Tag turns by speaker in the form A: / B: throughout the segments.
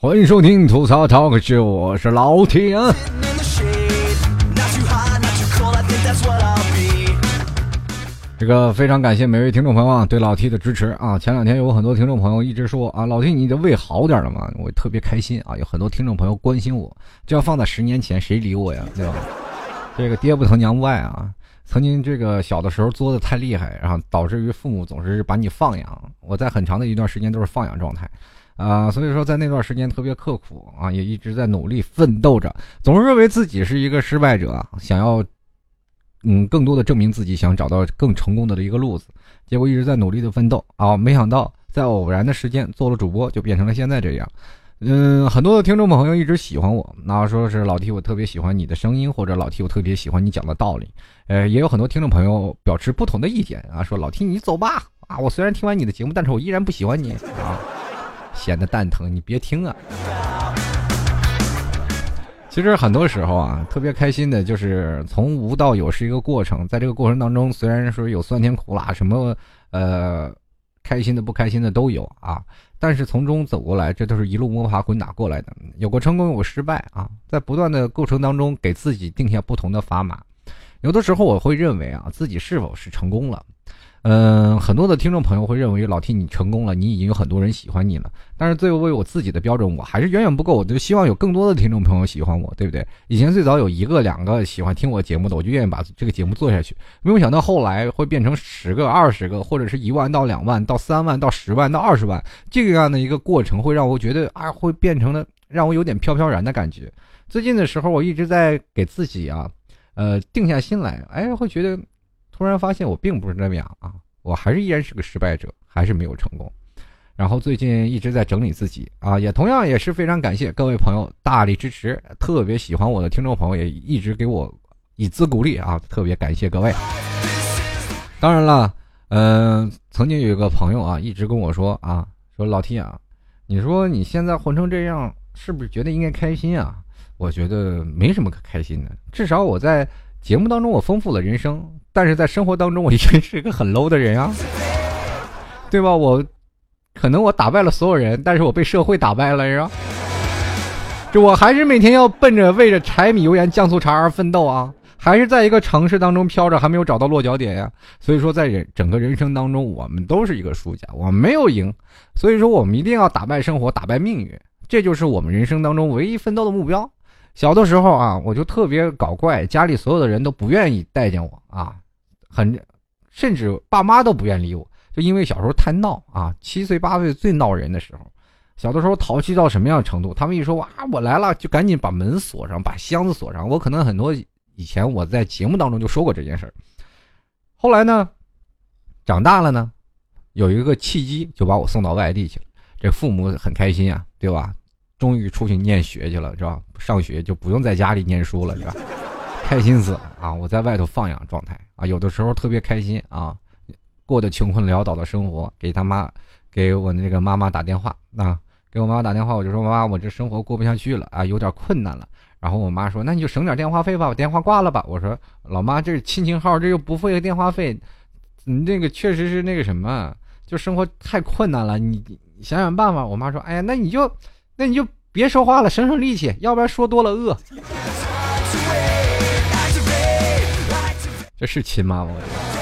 A: 欢迎收听吐槽 talk show， 我是老铁。这个非常感谢每位听众朋友啊对老 T 的支持啊！前两天有很多听众朋友一直说啊，老 T 你的胃好点了吗？我特别开心啊！有很多听众朋友关心我，这要放在10年前谁理我呀？对吧？这个爹不疼娘不爱啊！曾经这个小的时候作的太厉害，然后导致于父母总是把你放养。我在很长的一段时间都是放养状态。所以说在那段时间特别刻苦啊，也一直在努力奋斗着，总是认为自己是一个失败者，想要更多的证明自己，想找到更成功的一个路子，结果一直在努力的奋斗啊，没想到在偶然的时间做了主播，就变成了现在这样。很多的听众朋友一直喜欢我，那说是老 T 我特别喜欢你的声音，或者老 T 我特别喜欢你讲的道理。也有很多听众朋友表示不同的意见啊，说老 T 你走吧啊，我虽然听完你的节目，但是我依然不喜欢你啊。显得蛋疼，你别听啊。其实很多时候啊，特别开心的就是从无到有是一个过程，在这个过程当中，虽然说有酸甜苦辣，什么开心的不开心的都有啊，但是从中走过来，这都是一路摸爬滚打过来的，有过成功，有过失败啊，在不断的过程当中，给自己定下不同的砝码。有的时候我会认为啊，自己是否是成功了。很多的听众朋友会认为老 T 你成功了，你已经有很多人喜欢你了，但是最后为我自己的标准，我还是远远不够，我就希望有更多的听众朋友喜欢我，对不对？以前最早有1个2个喜欢听我节目的，我就愿意把这个节目做下去，没有想到后来会变成10个20个，或者是1万到2万到3万到10万到20万，这样的一个过程会让我觉得啊，会变成了让我有点飘飘然的感觉。最近的时候我一直在给自己啊定下心来，会觉得突然发现我并不是那样啊，我还是依然是个失败者，还是没有成功。然后最近一直在整理自己啊，也同样也是非常感谢各位朋友大力支持，特别喜欢我的听众朋友也一直给我以资鼓励啊，特别感谢各位。当然了，曾经有一个朋友啊，一直跟我说啊，说老 T 啊，你说你现在混成这样，是不是觉得应该开心啊？我觉得没什么可开心的，至少我在节目当中我丰富了人生，但是在生活当中我依然是一个很 low 的人啊，对吧？可能我打败了所有人，但是我被社会打败了呀。这我还是每天要为着柴米油盐酱醋茶而奋斗啊，还是在一个城市当中飘着，还没有找到落脚点呀。所以说在整个人生当中，我们都是一个输家，我们没有赢，所以说我们一定要打败生活，打败命运，这就是我们人生当中唯一奋斗的目标。小的时候啊，我就特别搞怪，家里所有的人都不愿意待见我啊，甚至爸妈都不愿理我，就因为小时候太闹啊，7岁8岁最闹人的时候，小的时候淘气到什么样的程度？他们一说哇我来了，就赶紧把门锁上，把箱子锁上。我可能很多以前我在节目当中就说过这件事儿。后来呢，长大了呢，有一个契机就把我送到外地去了，这父母很开心啊，对吧？终于出去念学去了，是吧？上学就不用在家里念书了，是吧？开心死了啊！我在外头放养状态啊，有的时候特别开心啊，过得穷困潦倒的生活，给我那个妈妈打电话啊，给我妈妈打电话，我就说妈妈，我这生活过不下去了啊，有点困难了。然后我妈说，那你就省点电话费吧，把电话挂了吧。我说老妈，这是亲情号，这又不费电话费，你这个确实是那个什么，就生活太困难了，你想想办法。我妈说，哎呀，那你就别说话了，省力气，要不然说多了饿。这是亲妈吗？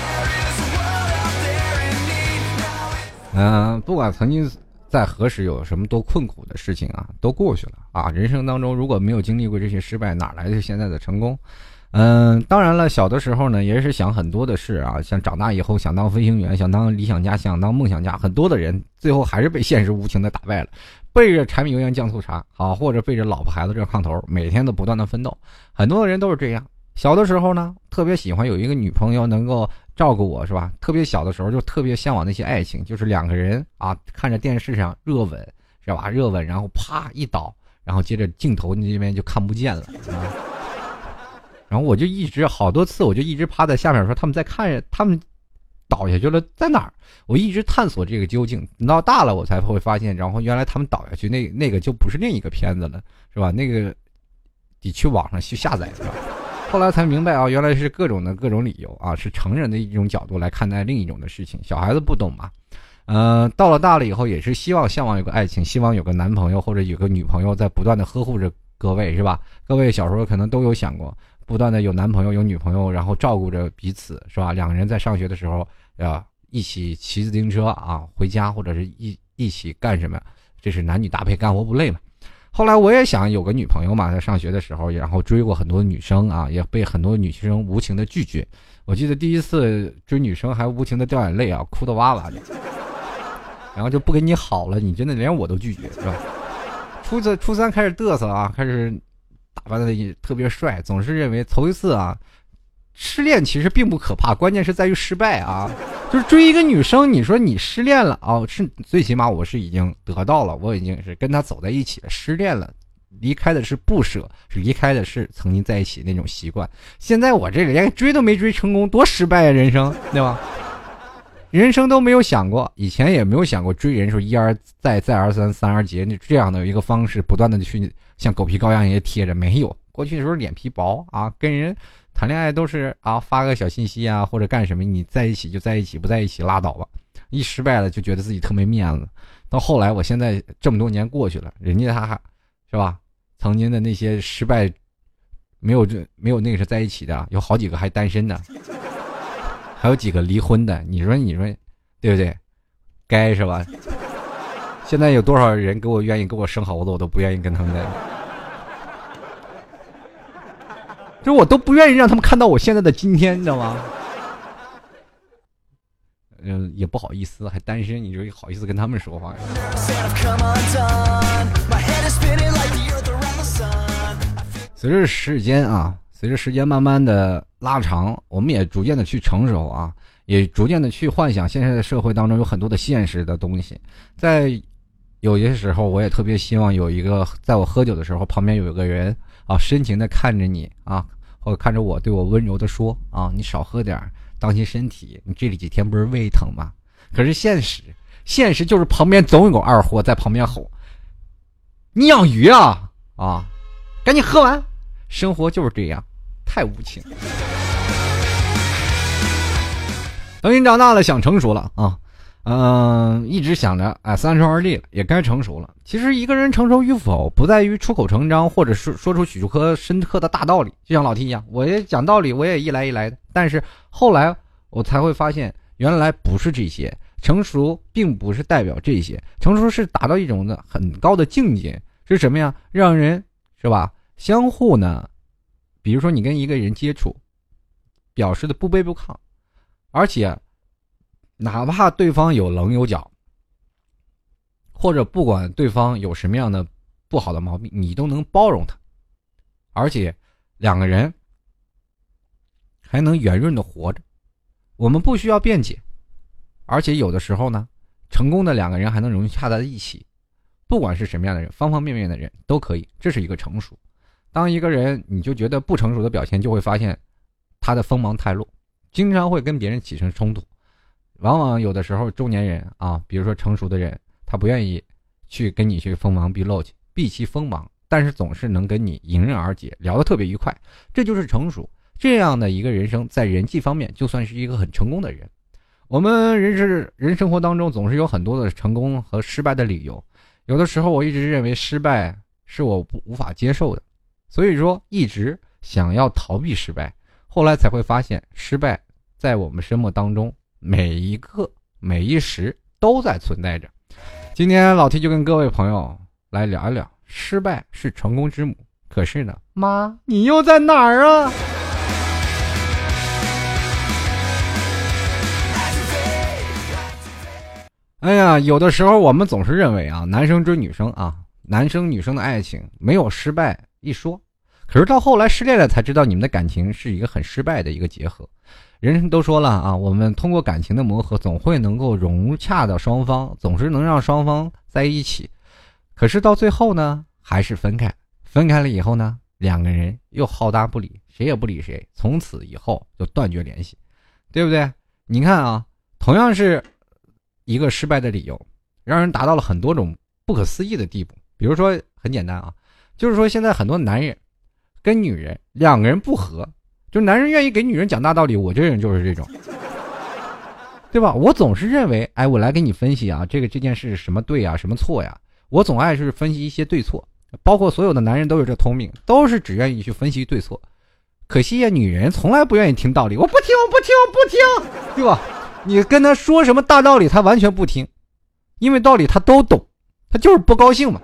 A: 不管曾经在何时有什么多困苦的事情啊，都过去了啊。人生当中如果没有经历过这些失败，哪来的现在的成功？当然了，小的时候呢，也是想很多的事啊，像长大以后想当飞行员，想当理想家，想当梦想家，很多的人最后还是被现实无情的打败了，背着柴米油盐酱醋茶啊，或者背着老婆孩子热炕头，每天都不断的奋斗。很多的人都是这样。小的时候呢，特别喜欢有一个女朋友能够照顾我，是吧？特别小的时候就特别向往那些爱情，就是2个人啊，看着电视上热吻，是吧？热吻，然后啪一倒，然后接着镜头那边就看不见了。然后我就一直好多次，我就一直趴在下面说他们在看着，他们倒下去了，在哪儿？我一直探索这个究竟，等到大了我才会发现，然后原来他们倒下去那个就不是另一个片子了，是吧？那个得去网上去下载，是吧？后来才明白啊，原来是各种理由啊，是成人的一种角度来看待另一种的事情，小孩子不懂嘛。 到了大了以后也是向往有个爱情，希望有个男朋友或者有个女朋友在不断的呵护着各位，是吧？各位小时候可能都有想过，不断的有男朋友有女朋友，然后照顾着彼此，是吧？两个人在上学的时候一起骑自行车回家，或者是一起干什么，这是男女搭配，干活不累嘛。后来我也想有个女朋友嘛，在上学的时候，然后追过很多女生也被很多女生无情的拒绝。我记得第一次追女生还无情的掉眼泪哭得哇哇的，然后就不跟你好了，你真的连我都拒绝，是吧？初三开始嘚瑟开始打扮的特别帅，总是认为头一次失恋其实并不可怕，关键是在于失败就是追一个女生，你说你失恋了是最起码我是已经得到了，我已经是跟她走在一起了，失恋了，离开的是不舍，是离开的是曾经在一起那种习惯。现在我这连追都没追成功，多失败人生，对吧？人生都没有想过，以前也没有想过追人说一而再再而三三而竭这样的一个方式，不断的去像狗皮膏药一样贴着，没有。过去的时候脸皮薄跟人谈恋爱都是发个小信息或者干什么，你在一起就在一起，不在一起拉倒吧。一失败了就觉得自己特没面子。到后来我现在这么多年过去了，人家他是吧？曾经的那些失败没有那个是在一起的，有好几个还单身的，还有几个离婚的，你说对不对？该是吧？现在有多少人愿意给我生猴子，我都不愿意跟他们在一起。就我都不愿意让他们看到我现在的今天，你知道吗？也不好意思，还单身，你就好意思跟他们说话呀？随着时间慢慢的拉长，我们也逐渐的去成熟也逐渐的去幻想现在的社会当中有很多的现实的东西。在有些时候，我也特别希望有一个，在我喝酒的时候，旁边有一个人深情的看着你或者看着我，对我温柔的说你少喝点，当心身体，你这几天不是胃疼吗？可是现实就是旁边总有个二货在旁边吼：“你养鱼赶紧喝完！”生活就是这样，太无情。等你长大了，想成熟了一直想着30而立了，也该成熟了。其实一个人成熟与否，不在于出口成章，或者是说出许多深刻的大道理。就像老 T 一样，我也讲道理，我也一来一来的。但是后来我才会发现，原来不是这些。成熟并不是代表这些，成熟是达到一种的很高的境界，是什么呀？让人是吧？相互呢，比如说你跟一个人接触，表示的不卑不亢，而且哪怕对方有棱有角，或者不管对方有什么样的不好的毛病，你都能包容他，而且两个人还能圆润的活着。我们不需要辩解，而且有的时候呢，成功的两个人还能融洽在一起，不管是什么样的人，方方面面的人都可以，这是一个成熟。当一个人你就觉得不成熟的表现，就会发现他的锋芒太露，经常会跟别人起身冲突。往往有的时候中年人比如说成熟的人，他不愿意去跟你去锋芒毕露去，避其锋芒，但是总是能跟你迎刃而解，聊得特别愉快，这就是成熟。这样的一个人生，在人际方面就算是一个很成功的人。我们人生活当中总是有很多的成功和失败的理由，有的时候我一直认为失败是我无法接受的，所以说一直想要逃避失败，后来才会发现失败在我们生活当中每一刻每一时都在存在着。今天老 T 就跟各位朋友来聊一聊，失败是成功之母，可是呢，妈，你又在哪儿啊？哎呀，有的时候我们总是认为男生追女生男生女生的爱情没有失败一说，可是到后来失恋了才知道，你们的感情是一个很失败的一个结合。人都说了我们通过感情的磨合，总会能够融洽到双方，总是能让双方在一起。可是到最后呢，还是分开了以后呢，两个人又好搭不理，谁也不理谁，从此以后就断绝联系，对不对？你看同样是一个失败的理由，让人达到了很多种不可思议的地步。比如说很简单就是说现在很多男人跟女人两个人不合，就男人愿意给女人讲大道理，我这人就是这种， 对吧？我总是认为，哎，我来给你分析啊，这件事什么对啊，什么错呀？我总爱是分析一些对错，包括所有的男人都有这通病，都是只愿意去分析对错。可惜呀，女人从来不愿意听道理，我不听，对吧？你跟他说什么大道理，他完全不听，因为道理他都懂，他就是不高兴嘛。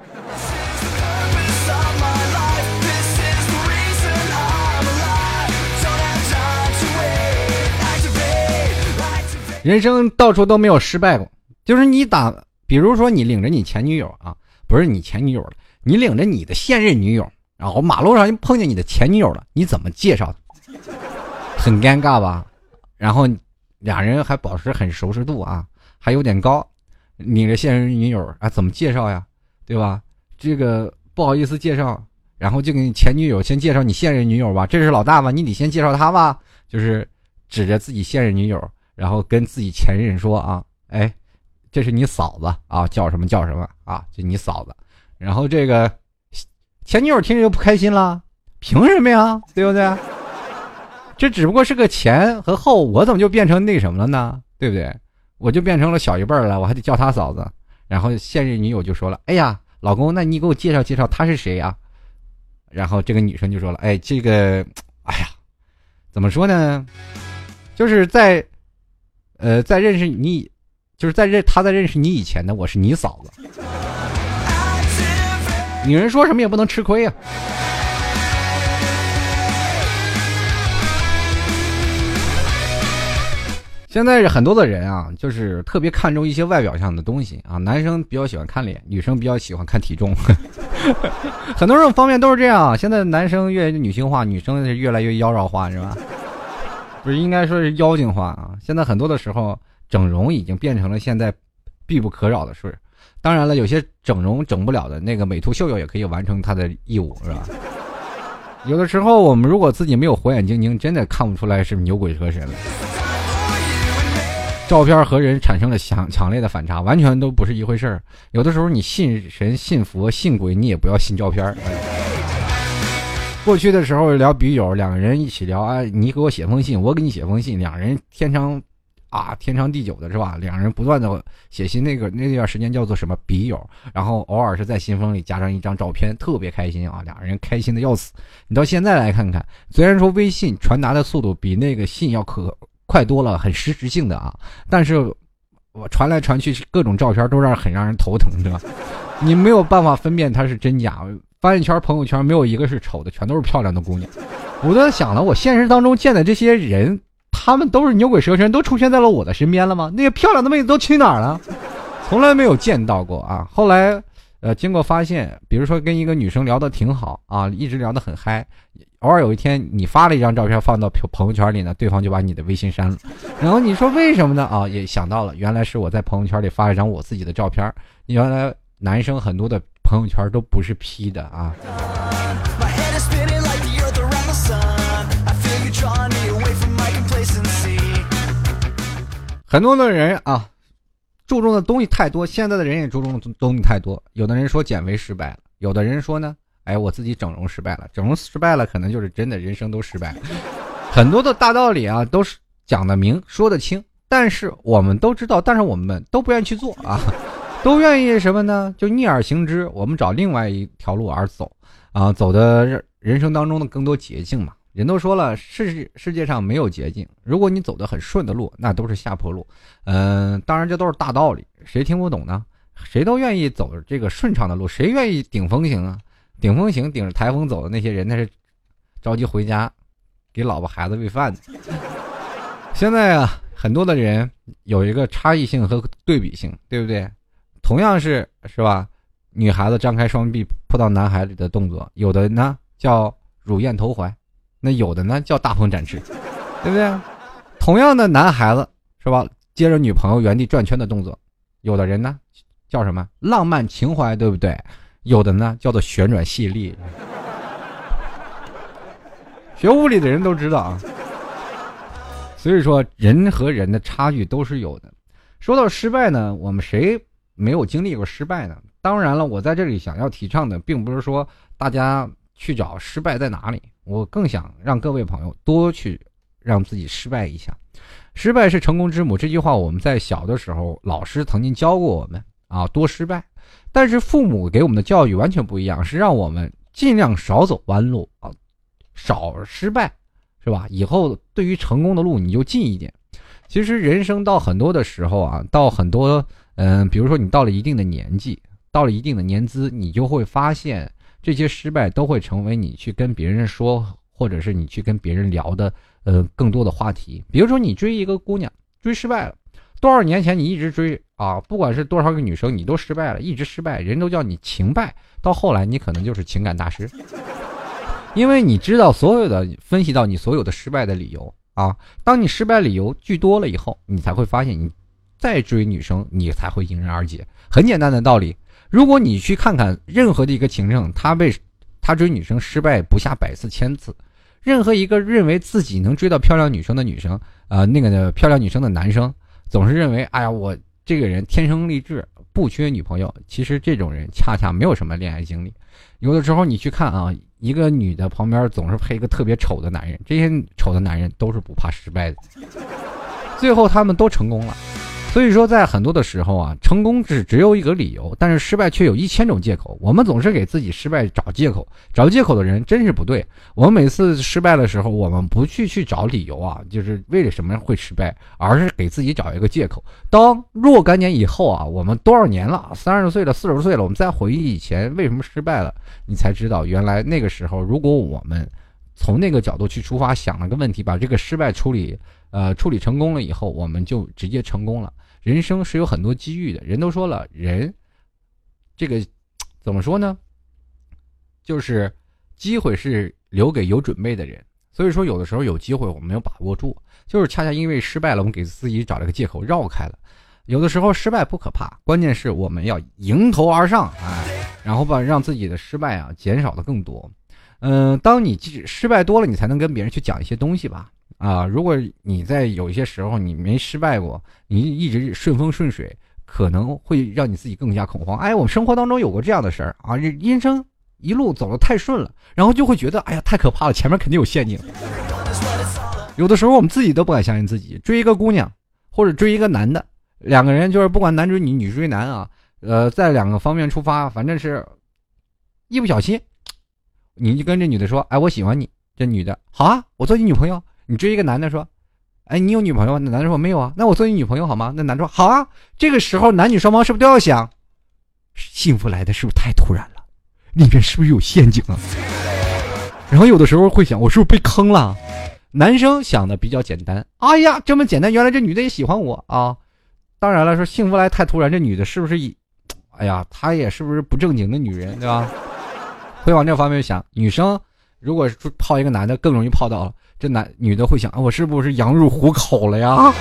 A: 人生到处都没有失败过，就是比如说你领着你前女友啊，不是你前女友了，你领着你的现任女友，然后马路上碰见你的前女友了，你怎么介绍？很尴尬吧？然后俩人还保持很熟识度啊，还有点高，领着现任女友啊，怎么介绍呀？对吧？这个不好意思介绍，然后就给你前女友先介绍你现任女友吧，这是老大吧，你得先介绍她吧，就是指着自己现任女友。然后跟自己前任说啊，哎，这是你嫂子啊，叫什么啊，就你嫂子。然后这个前女友听着就不开心了，凭什么呀？对不对？这只不过是个前和后，我怎么就变成那什么了呢？对不对？我就变成了小一辈了，我还得叫他嫂子。然后现任女友就说了，哎呀，老公，那你给我介绍介绍他是谁啊？然后这个女生就说了，哎，这个，哎呀，怎么说呢？就是在认识你，就是他在认识你以前呢，我是你嫂子。女人说什么也不能吃亏啊。现在很多的人啊，就是特别看重一些外表上的东西啊，男生比较喜欢看脸，女生比较喜欢看体重。很多种方面都是这样。现在男生越女性化，女生是越来越妖娆化，是吧？不是应该说是妖精化啊！现在很多的时候，整容已经变成了现在必不可少的事。当然了，有些整容整不了的，那个美图秀秀也可以完成它的义务，是吧？有的时候我们如果自己没有火眼金睛，真的看不出来是牛鬼蛇神了。照片和人产生了强烈的反差，完全都不是一回事儿。有的时候你信神、信佛、信鬼，你也不要信照片。过去的时候聊笔友，两个人一起聊啊，你给我写封信，我给你写封信，两人天长地久的是吧？两人不断的写信，那段时间叫做什么笔友，然后偶尔是在信封里加上一张照片，特别开心啊，两人开心的要死。你到现在来看看，虽然说微信传达的速度比那个信要快多了，很实质性的啊，但是我传来传去各种照片都很让人头疼，对吧？你没有办法分辨它是真假。发现圈朋友圈没有一个是丑的，全都是漂亮的姑娘。我都想了，我现实当中见的这些人，他们都是牛鬼蛇神，都出现在了我的身边了吗？那些漂亮的妹子都去哪儿了？从来没有见到过啊。后来经过发现，比如说跟一个女生聊得挺好啊，一直聊得很嗨，偶尔有一天你发了一张照片放到朋友圈里呢，对方就把你的微信删了。然后你说为什么呢？啊，也想到了，原来是我在朋友圈里发了一张我自己的照片。原来男生很多的朋友圈都不是 P 的啊。很多的人啊，注重的东西太多，现在的人也注重的东西太多。有的人说减肥失败了，有的人说呢，哎，我自己整容失败了，整容失败了，可能就是真的人生都失败了。很多的大道理啊，都是讲得明，说得清，但是我们都知道，但是我们都不愿意去做啊。都愿意什么呢？就逆而行之，我们找另外一条路而走啊，走的人生当中的更多捷径嘛。人都说了，世界上没有捷径，如果你走得很顺的路，那都是下坡路。当然这都是大道理，谁听不懂呢？谁都愿意走这个顺畅的路，谁愿意顶风行啊？顶风行顶着台风走的那些人，那是着急回家给老婆孩子喂饭的。现在啊，很多的人有一个差异性和对比性，对不对？同样是吧？女孩子张开双臂扑到男孩里的动作，有的呢叫乳燕投怀，那有的呢叫大鹏展翅，对不对？同样的男孩子是吧？接着女朋友原地转圈的动作，有的人呢叫什么浪漫情怀，对不对？有的呢叫做旋转细粒。学物理的人都知道啊。所以说人和人的差距都是有的。说到失败呢，我们谁没有经历过失败呢？当然了，我在这里想要提倡的并不是说大家去找失败在哪里，我更想让各位朋友多去让自己失败一下失败是成功之母，这句话我们在小的时候老师曾经教过我们啊，多失败。但是父母给我们的教育完全不一样，是让我们尽量少走弯路啊，少失败，是吧？以后对于成功的路你就近一点。其实人生到很多的时候啊，到很多比如说你到了一定的年纪，到了一定的年资，你就会发现这些失败都会成为你去跟别人说，或者是你去跟别人聊的更多的话题。比如说你追一个姑娘，追失败了，多少年前你一直追啊，不管是多少个女生你都失败了，一直失败，人都叫你情败，到后来你可能就是情感大师，因为你知道所有的分析到你所有的失败的理由啊。当你失败理由巨多了以后，你才会发现你再追女生你才会迎刃而解。很简单的道理，如果你去看看任何的一个情圣，他追女生失败不下100次1000次，任何一个认为自己能追到漂亮女生的女生漂亮女生的男生总是认为哎呀我这个人天生丽质不缺女朋友，其实这种人恰恰没有什么恋爱经历。有的时候你去看啊，一个女的旁边总是配一个特别丑的男人，这些丑的男人都是不怕失败的，最后他们都成功了。所以说在很多的时候啊，成功只有一个理由，但是失败却有1000种借口。我们总是给自己失败找借口，找借口的人真是不对。我们每次失败的时候，我们不去找理由啊，就是为了什么会失败，而是给自己找一个借口。当若干年以后啊，我们多少年了，30岁了40岁了，我们再回忆以前为什么失败了，你才知道原来那个时候如果我们从那个角度去出发，想了个问题，把这个失败处理成功了以后，我们就直接成功了。人生是有很多机遇的，人都说了，人这个怎么说呢，就是机会是留给有准备的人。所以说有的时候有机会我们没有把握住，就是恰恰因为失败了，我们给自己找了个借口绕开了。有的时候失败不可怕，关键是我们要迎头而上，然后让自己的失败啊减少的更多。当你失败多了，你才能跟别人去讲一些东西吧。如果你在有一些时候你没失败过，你一直顺风顺水，可能会让你自己更加恐慌。我们生活当中有过这样的事儿啊，人生一路走得太顺了，然后就会觉得哎呀太可怕了，前面肯定有陷阱。有的时候我们自己都不敢相信自己，追一个姑娘或者追一个男的，两个人就是不管男追女，女追男啊，在两个方面出发，反正是一不小心，你就跟这女的说，我喜欢你，这女的好啊，我做你女朋友。你追一个男的说，你有女朋友吗？那男的说没有啊，那我做你女朋友好吗？那男的说好啊。这个时候男女双方是不是都要想，幸福来的是不是太突然了，里面是不是有陷阱啊？然后有的时候会想，我是不是被坑了？男生想的比较简单，哎呀这么简单，原来这女的也喜欢我啊。当然了，说幸福来太突然，这女的是不是她也是不是不正经的女人，对吧？会往这方面想。女生如果泡一个男的更容易泡到了，这女的会想，我是不是羊入虎口了呀？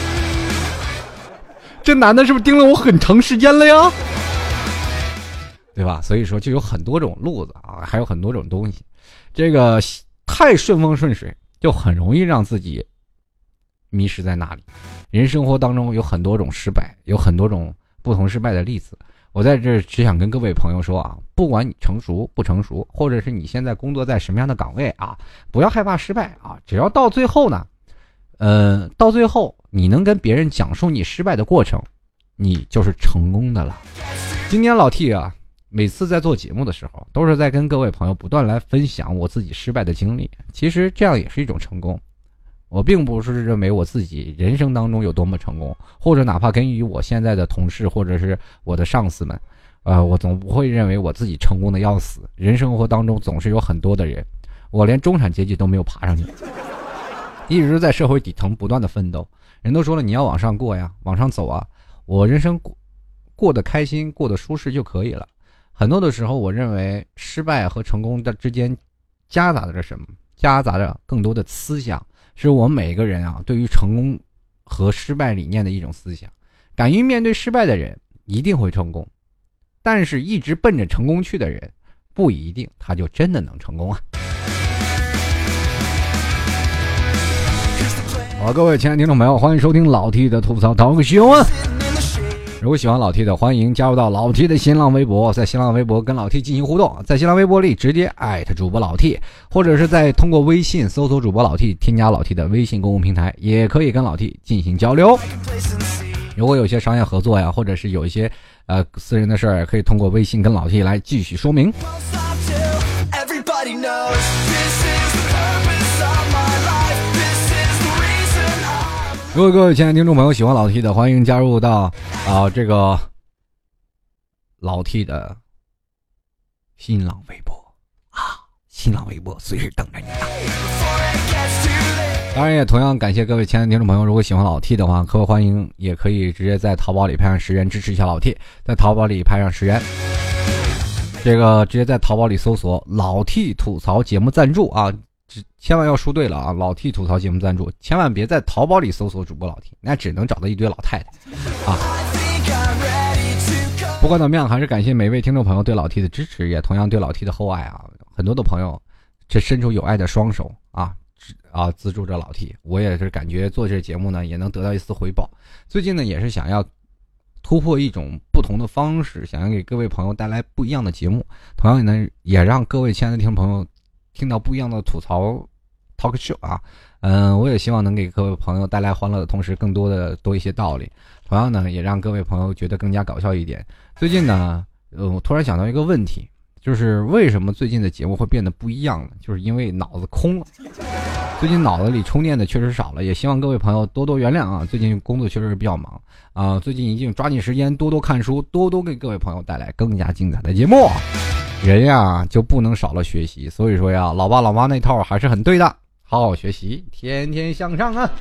A: 这男的是不是盯了我很长时间了呀？对吧？所以说就有很多种路子啊，还有很多种东西。这个太顺风顺水，就很容易让自己迷失在那里。人生活当中有很多种失败，有很多种不同失败的例子。我在这只想跟各位朋友说啊，不管你成熟不成熟，或者是你现在工作在什么样的岗位啊，不要害怕失败啊，只要到最后呢，到最后你能跟别人讲述你失败的过程，你就是成功的了。今天老 T 啊，每次在做节目的时候，都是在跟各位朋友不断来分享我自己失败的经历，其实这样也是一种成功。我并不是认为我自己人生当中有多么成功，或者哪怕跟于我现在的同事或者是我的上司们，我总不会认为我自己成功的要死。人生活当中总是有很多的人，我连中产阶级都没有爬上去，一直在社会底层不断的奋斗。人都说了，你要往上过呀，往上走啊，我人生过得开心，过得舒适就可以了。很多的时候，我认为失败和成功的之间夹杂着什么？夹杂着更多的思想。是我们每个人啊，对于成功和失败理念的一种思想。敢于面对失败的人一定会成功，但是一直奔着成功去的人不一定他就真的能成功啊。好，各位亲爱的听众朋友，欢迎收听老 T 的吐槽涛哥秀啊。 如果喜欢老 T 的，欢迎加入到老 T 的新浪微博，在新浪微博跟老 T 进行互动，在新浪微博里直接艾特主播老 T， 或者是在通过微信搜索主播老 T， 添加老 T 的微信公共平台，也可以跟老 T 进行交流。如果有些商业合作呀，或者是有一些私人的事儿，可以通过微信跟老 T 来继续说明。如果各位亲爱的听众朋友喜欢老 T 的，欢迎加入到这个老 T 的新浪微博新浪微博随时等着你当然也同样感谢各位亲爱的听众朋友，如果喜欢老 T 的话，客户欢迎也可以直接在淘宝里拍上10元支持一下老 T， 在淘宝里拍上10元，这个直接在淘宝里搜索老 T 吐槽节目赞助啊，千万要输对了啊！老 T 吐槽节目赞助，千万别在淘宝里搜索主播老 T， 那只能找到一堆老太太啊！不管怎么样，还是感谢每位听众朋友对老 T 的支持，也同样对老 T 的厚爱啊！很多的朋友这伸出有爱的双手资助着老 T， 我也是感觉做这节目呢也能得到一丝回报。最近呢也是想要突破一种不同的方式，想要给各位朋友带来不一样的节目，同样呢也让各位亲爱的听众朋友听到不一样的吐槽 talk show 啊，我也希望能给各位朋友带来欢乐的同时多一些道理，同样呢也让各位朋友觉得更加搞笑一点。最近呢我突然想到一个问题，就是为什么最近的节目会变得不一样呢？就是因为脑子空了，最近脑子里充电的确实少了，也希望各位朋友多多原谅啊，最近工作确实是比较忙啊，最近一定抓紧时间多多看书，多多给各位朋友带来更加精彩的节目。人呀就不能少了学习，所以说呀，老爸老妈那套还是很对的，好好学习，天天向上啊。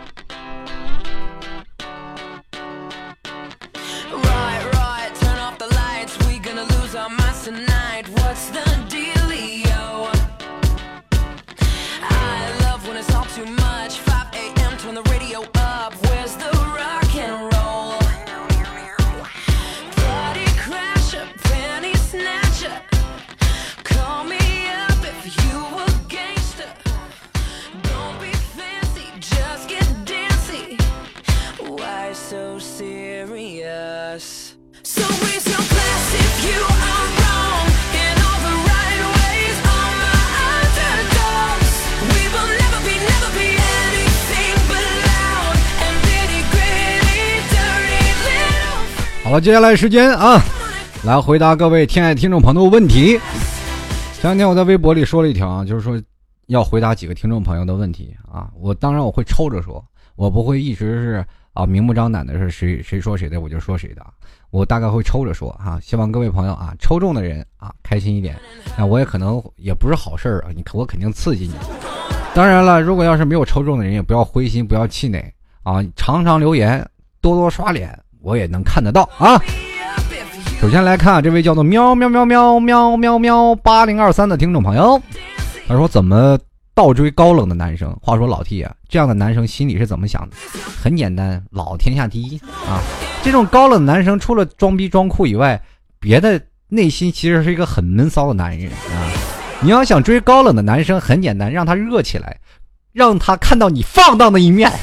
A: 好了，接下来时间来回答各位亲爱的听众朋友的问题。前两天我在微博里说了一条就是说要回答几个听众朋友的问题我当然我会抽着说，我不会一直是明目张胆的是谁说谁的我就说谁的，我大概会抽着说希望各位朋友抽中的人开心一点，我也可能也不是好事我肯定刺激你。当然了，如果要是没有抽中的人也不要灰心，不要气馁常常留言，多多刷脸，我也能看得到首先来看这位叫做喵喵喵喵喵喵喵8023的听众朋友，他说怎么倒追高冷的男生？话说老 T 这样的男生心里是怎么想的？很简单，老天下第一这种高冷的男生除了装逼装酷以外，别的内心其实是一个很闷骚的男人你要想追高冷的男生，很简单，让他热起来，让他看到你放荡的一面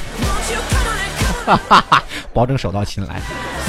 A: 保证手到擒来。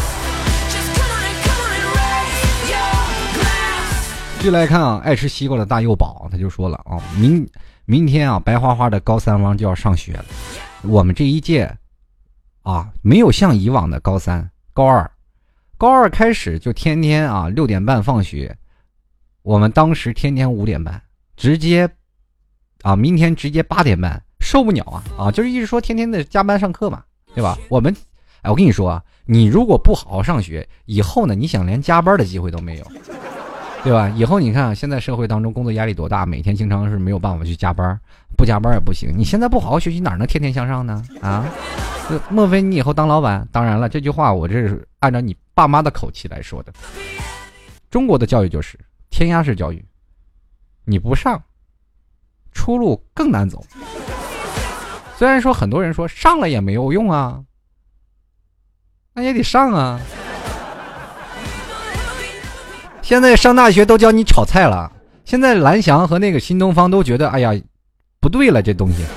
A: 继续来看爱吃西瓜的大幼宝，他就说了明天白花花的高三汪就要上学了，我们这一届没有像以往的高三高二开始就天天6点半放学，我们当时天天5点半，直接明天直接8点半，受不了就是一直说天天的加班上课嘛，对吧？我跟你说你如果不好好上学，以后呢你想连加班的机会都没有，对吧？以后你看现在社会当中工作压力多大，每天经常是没有办法去加班，不加班也不行，你现在不好好学习哪能天天向上呢莫非你以后当老板？当然了，这句话我这是按照你爸妈的口气来说的。中国的教育就是填鸭式教育，你不上出路更难走。虽然说很多人说上了也没有用那也得上现在上大学都教你炒菜了，现在蓝翔和那个新东方都觉得哎呀不对了，这东西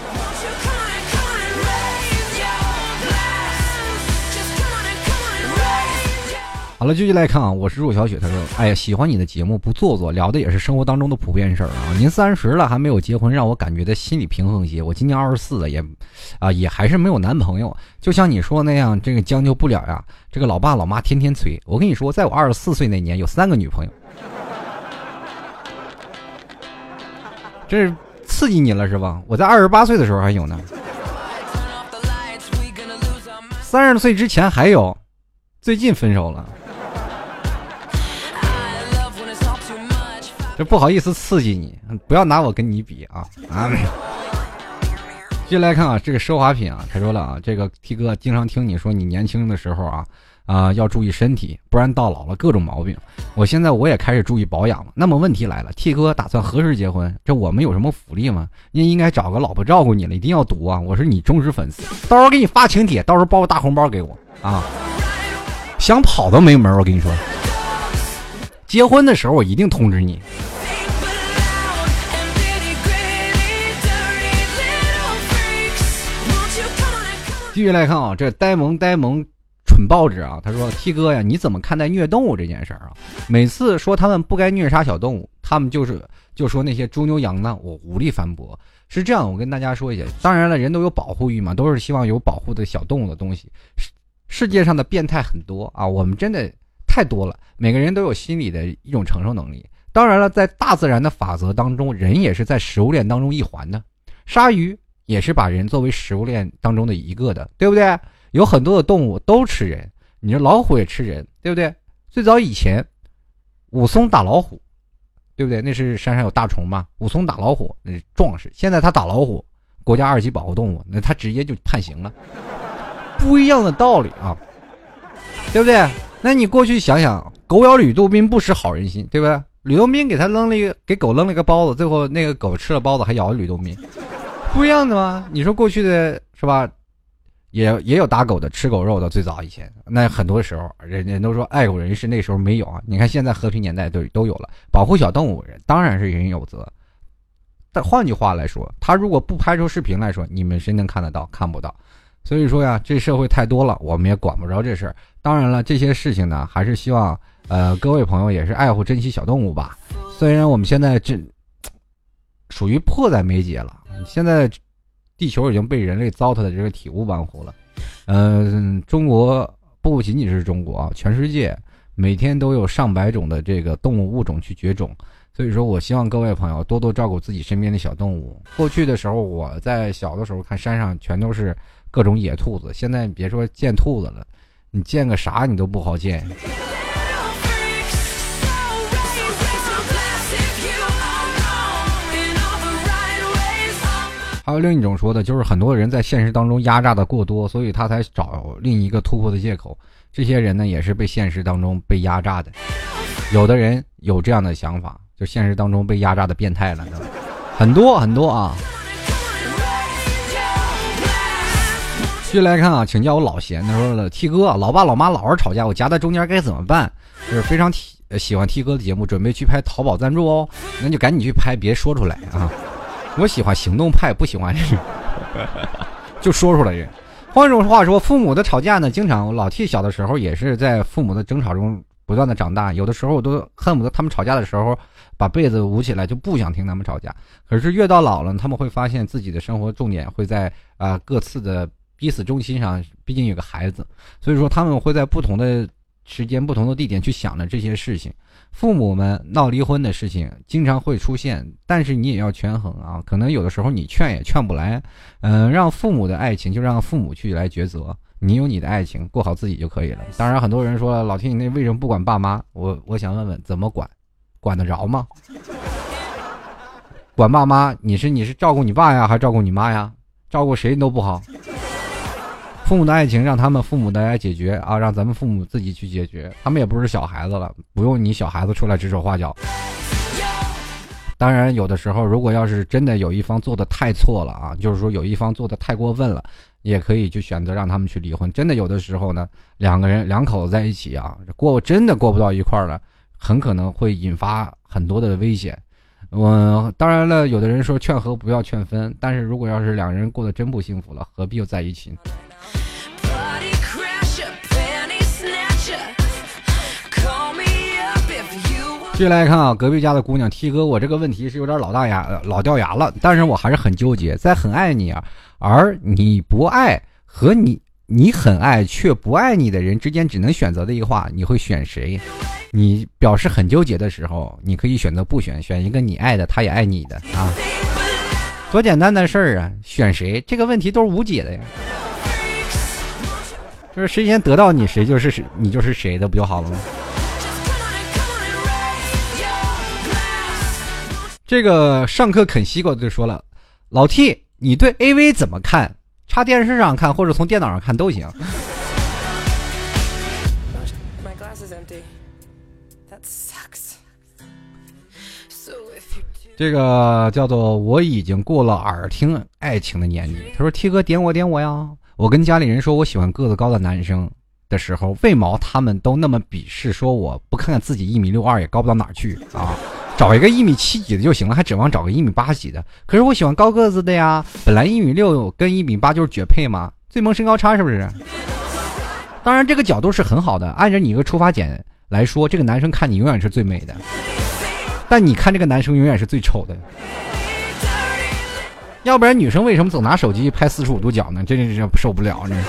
A: 好了，继续来看啊，我是若小雪。他说：“哎呀，喜欢你的节目，不做作，聊的也是生活当中的普遍事儿啊。您30了还没有结婚，让我感觉的心里平衡些。我今年24了，也还是没有男朋友。就像你说那样，这个将就不了呀。这个老爸老妈天天催。我跟你说，在我24岁那年，有3个女朋友。这是刺激你了是吧？我在28岁的时候还有呢，30岁之前还有，最近分手了。”这不好意思刺激你，不要拿我跟你比啊！接下来看啊，这个奢华品啊，他说了啊，这个 T 哥经常听你说你年轻的时候要注意身体，不然到老了各种毛病。我现在也开始注意保养了。那么问题来了 ，T 哥打算何时结婚？这我们有什么福利吗？您应该找个老婆照顾你了，一定要读啊！我是你忠实粉丝，到时候给你发请帖，到时候包个大红包给我啊！想跑都没门，我跟你说。结婚的时候我一定通知你。继续来看啊，这呆萌蠢报纸啊，他说 T 哥呀，你怎么看待虐动物这件事啊？每次说他们不该虐杀小动物，他们就说那些猪牛羊呢，我无力反驳。是这样，我跟大家说一下，当然了，人都有保护欲嘛，都是希望有保护的小动物的东西。世界上的变态很多啊，我们真的太多了，每个人都有心理的一种承受能力。当然了，在大自然的法则当中，人也是在食物链当中一环的。鲨鱼也是把人作为食物链当中的一个的，对不对？有很多的动物都吃人，你说老虎也吃人，对不对？最早以前武松打老虎，对不对？那是山上有大虫嘛，武松打老虎那是壮士。现在他打老虎，国家2级保护动物，那他直接就判刑了。不一样的道理啊，对不对？那你过去想想，狗咬吕洞宾不识好人心，对吧？吕洞宾给狗扔了一个包子，最后那个狗吃了包子还咬了吕洞宾，不一样的吗？你说过去的是吧？也有打狗的，吃狗肉的，最早以前，那很多时候人都说爱狗人士，那时候没有啊。你看现在和平年代都有了，保护小动物人当然是人有责。但换句话来说，他如果不拍出视频来说，你们谁能看得到？看不到。所以说呀，这社会太多了，我们也管不着这事儿。当然了，这些事情呢，还是希望各位朋友也是爱护珍惜小动物吧。虽然我们现在这属于迫在眉睫了，现在地球已经被人类糟蹋的这个体无完肤了。中国不仅仅是中国啊，全世界每天都有上百种的这个动物物种去绝种。所以说我希望各位朋友多多照顾自己身边的小动物。过去的时候，我在小的时候看山上全都是各种野兔子，现在别说见兔子了，你见个啥你都不好见。还有另一种说的就是很多人在现实当中压榨的过多，所以他才找另一个突破的借口。这些人呢也是被现实当中被压榨的，有的人有这样的想法，就现实当中被压榨的变态了，很多很多啊。继续来看啊，请叫我老贤。他说了 T 哥，老爸老妈老是吵架，我夹在中间该怎么办？就是非常喜欢 T 哥的节目，准备去拍淘宝赞助哦，那就赶紧去拍，别说出来啊。我喜欢行动派，不喜欢就说出来人。换种话说，父母的吵架呢，经常老 T 小的时候也是在父母的争吵中不断的长大，有的时候我都恨不得他们吵架的时候把被子捂起来，就不想听他们吵架。可是越到老了，他们会发现自己的生活重点会在各自的彼此中心上，毕竟有个孩子，所以说他们会在不同的时间不同的地点去想着这些事情。父母们闹离婚的事情经常会出现，但是你也要权衡啊，可能有的时候你劝也劝不来。让父母的爱情就让父母去来抉择，你有你的爱情，过好自己就可以了。当然很多人说老 T 你那为什么不管爸妈？我想问问，怎么管得着吗？管爸妈，你是照顾你爸呀，还是照顾你妈呀？照顾谁都不好。父母的爱情让他们父母来解决啊，让咱们父母自己去解决。他们也不是小孩子了，不用你小孩子出来指手画脚。当然有的时候如果要是真的有一方做的太错了啊，就是说有一方做的太过分了，也可以去选择让他们去离婚。真的有的时候呢，两口子在一起啊，真的过不到一块儿了，很可能会引发很多的危险。当然了，有的人说劝和不要劝分，但是如果要是两人过得真不幸福了，何必又在一起呢？ 继续来看啊，隔壁家的姑娘 T 哥，我这个问题是有点老掉牙了，但是我还是很纠结，在很爱你而你不爱和你很爱却不爱你的人之间只能选择的一个话，你会选谁？你表示很纠结的时候，你可以选择不选一个你爱的，他也爱你的啊，多简单的事儿啊！选谁这个问题都是无解的呀，就是谁先得到你，谁就是你就是谁的，不就好了吗？这个上课啃西瓜就说了，老 T， 你对 AV 怎么看？插电视上看或者从电脑上看都行。这个叫做我已经过了耳听爱情的年纪。他说 T 哥点我呀，我跟家里人说我喜欢个子高的男生的时候，为毛他们都那么鄙视，说我不看看自己1.62米也高不到哪儿去啊，找一个1.7米几的就行了，还指望找个1.8米几的？可是我喜欢高个子的呀，本来1.6米跟1.8米就是绝配嘛，最萌身高差是不是？当然这个角度是很好的，按照你一个出发点来说，这个男生看你永远是最美的，但你看这个男生永远是最丑的。要不然女生为什么总拿手机拍45度角呢？真是受不了呢。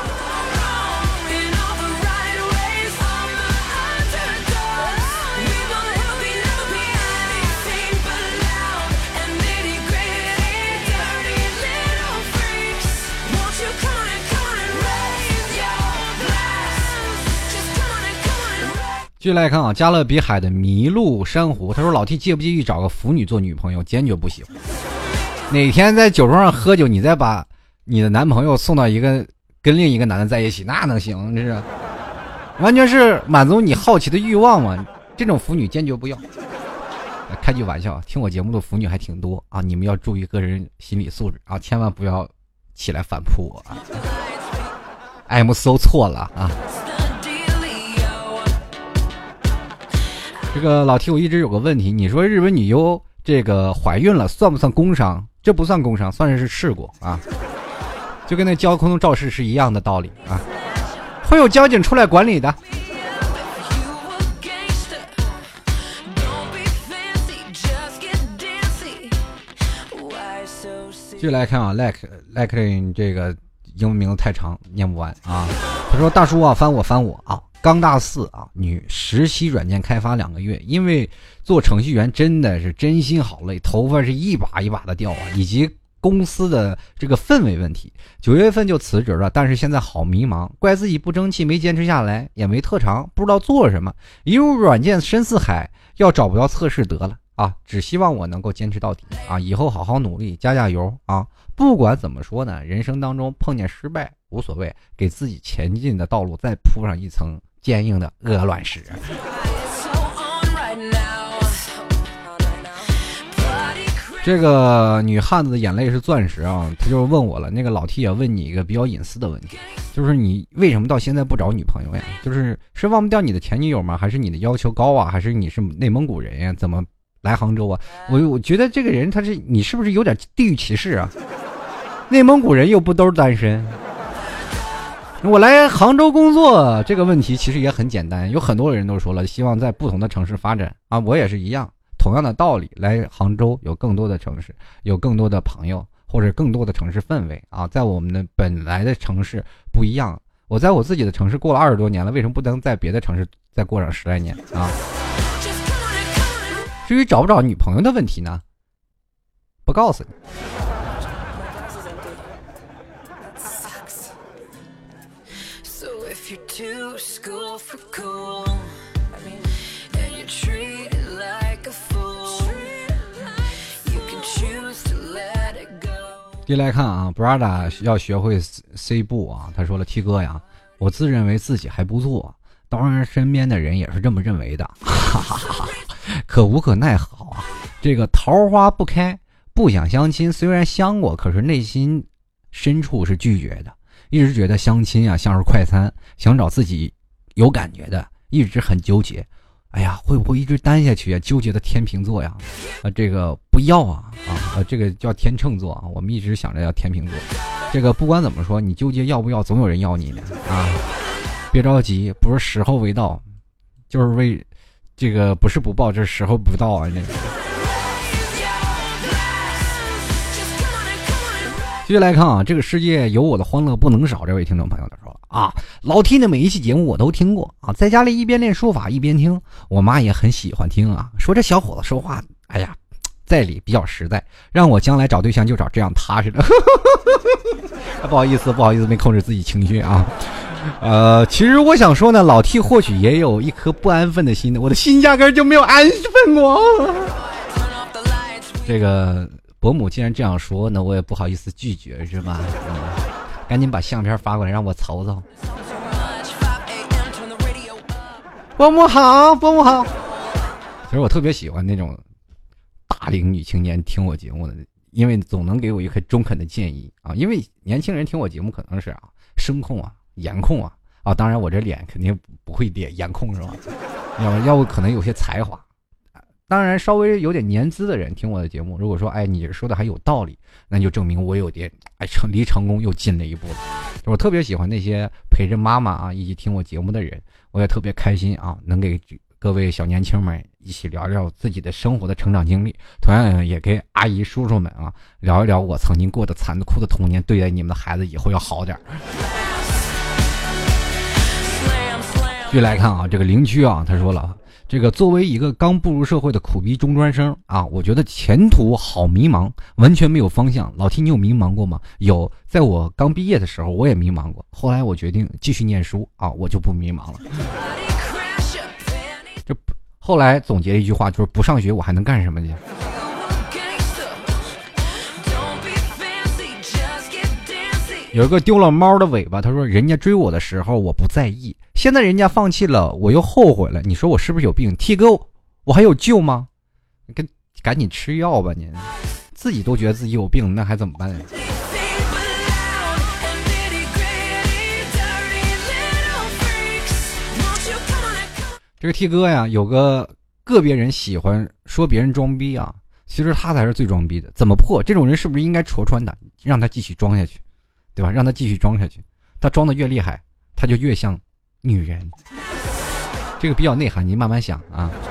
A: 继续来看啊，加勒比海的麋鹿珊瑚，他说老 T 介不介意找个腐女做女朋友？坚决不行。哪天在酒桌上喝酒，你再把你的男朋友送到跟另一个男的在一起，那能行？这是完全是满足你好奇的欲望嘛？这种腐女坚决不要。开句玩笑，听我节目的腐女还挺多啊，你们要注意个人心理素质啊，千万不要起来反扑我啊。I'm 搜错了啊。这个老 T 我一直有个问题，你说日本女优这个怀孕了算不算工伤？这不算工伤，算是事故啊，就跟那交通肇事是一样的道理啊，会有交警出来管理的。继续来看啊 like 这个英文名字太长念不完啊。他说大叔啊，翻我啊，刚大4啊，女实习软件开发2个月，因为做程序员真的是真心好累，头发是一把一把的掉啊，以及公司的这个氛围问题，9月份就辞职了，但是现在好迷茫，怪自己不争气，没坚持下来，也没特长，不知道做什么，一入软件深似海，要找不到测试得了啊，只希望我能够坚持到底啊，以后好好努力，加油啊！不管怎么说呢，人生当中碰见失败无所谓，给自己前进的道路再铺上一层坚硬的鹅卵石。这个女汉子的眼泪是钻石啊，她就问我了，那个老 T 也问你一个比较隐私的问题，就是你为什么到现在不找女朋友呀？就是忘不掉你的前女友吗？还是你的要求高啊？还是你是内蒙古人呀？怎么来杭州啊？我觉得这个人你是不是有点地域歧视啊？内蒙古人又不都是单身。我来杭州工作这个问题其实也很简单，有很多人都说了希望在不同的城市发展啊，我也是一样，同样的道理，来杭州有更多的城市，有更多的朋友，或者更多的城市氛围啊，在我们的本来的城市不一样，我在我自己的城市过了20多年了，为什么不能在别的城市再过上10来年啊？至于找不找女朋友的问题呢，不告诉你。第来看啊 Brada 要学会 C 步啊，他说了 T 哥呀，我自认为自己还不错，当然身边的人也是这么认为的，哈哈哈，可无可奈何啊，这个桃花不开，不想相亲，虽然相过，可是内心深处是拒绝的，一直觉得相亲啊像是快餐，想找自己有感觉的，一直很纠结。哎呀，会不会一直单下去啊？纠结的天秤座呀，这个不要啊，这个叫天秤座啊。我们一直想着要天秤座。这个不管怎么说，你纠结要不要，总有人要你的啊。别着急，不是时候未到，就是为这个不是不报，这时候不到啊！这个。继续来看啊，这个世界有我的欢乐不能少。这位听众朋友他说了啊，老 T 的每一期节目我都听过啊，在家里一边练书法一边听，我妈也很喜欢听啊，说这小伙子说话，哎呀，在理比较实在，让我将来找对象就找这样踏实的。不好意思，没控制自己情绪啊。其实我想说呢，老 T 或许也有一颗不安分的心的，我的心压根就没有安分过。这个伯母既然这样说，那我也不好意思拒绝，是吧？赶紧把相片发过来让我瞅瞅。伯母好，伯母好。其实我特别喜欢那种大龄女青年听我节目的，因为总能给我一个中肯的建议啊。因为年轻人听我节目可能是声控颜控当然我这脸肯定不会颜控是吧？要不可能有些才华。当然稍微有点年资的人听我的节目，如果说你说的还有道理，那就证明我有点离成功又近了一步了。我特别喜欢那些陪着妈妈一起听我节目的人，我也特别开心能给各位小年轻们一起聊聊自己的生活的成长经历，同样也给阿姨叔叔们聊一聊我曾经过的残酷的童年，对待你们的孩子以后要好点。继续来看这个邻居他说了，这个作为一个刚步入社会的苦逼中专生我觉得前途好迷茫，完全没有方向。老 T 你有迷茫过吗？有，在我刚毕业的时候我也迷茫过，后来我决定继续念书我就不迷茫了。这后来总结一句话，就是不上学我还能干什么去？有一个丢了猫的尾巴，他说人家追我的时候我不在意，现在人家放弃了我又后悔了，你说我是不是有病？T 哥我还有救吗？赶紧吃药吧，你自己都觉得自己有病，那还怎么办？这个 T 哥有个别人喜欢说别人装逼其实他才是最装逼的。怎么破？这种人是不是应该戳穿他，让他继续装下去，对吧？让他继续装下去，他装的越厉害，他就越像女人。这个比较内涵，你慢慢想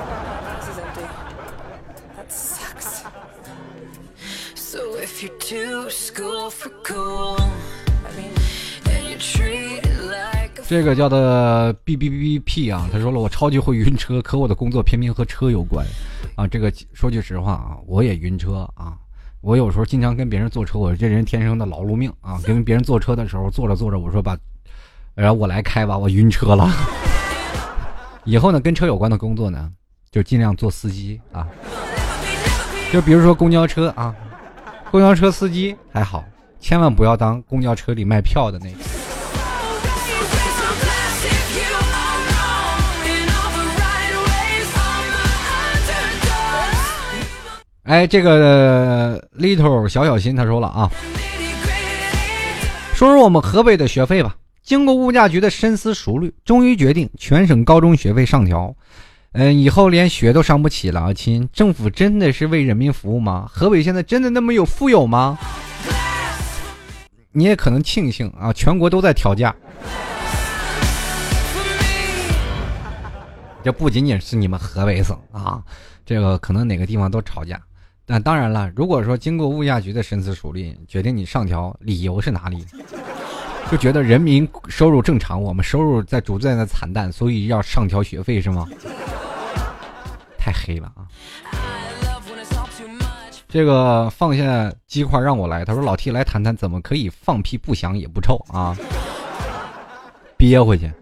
A: 这个叫的 BBBP 他说了，我超级会晕车，可我的工作偏偏和车有关这个说句实话我也晕车我有时候经常跟别人坐车，我这人天生的劳碌命跟别人坐车的时候坐着我说然后我来开吧，我晕车了。以后呢跟车有关的工作呢就尽量做司机就比如说公交车公交车司机还好，千万不要当公交车里卖票的那个。这个 little 小心他说了说我们河北的学费吧。经过物价局的深思熟虑，终于决定全省高中学费上调。以后连学都上不起了亲，政府真的是为人民服务吗？河北现在真的那么富有吗？你也可能庆幸全国都在调价。这不仅仅是你们河北省这个可能哪个地方都吵架。但当然了，如果说经过物价局的深思熟虑决定你上调，理由是哪里？就觉得人民收入正常，我们收入在逐渐的惨淡，所以要上调学费是吗？太黑了这个放下鸡块让我来，他说老 T 来谈谈怎么可以放屁不响也不臭憋回去。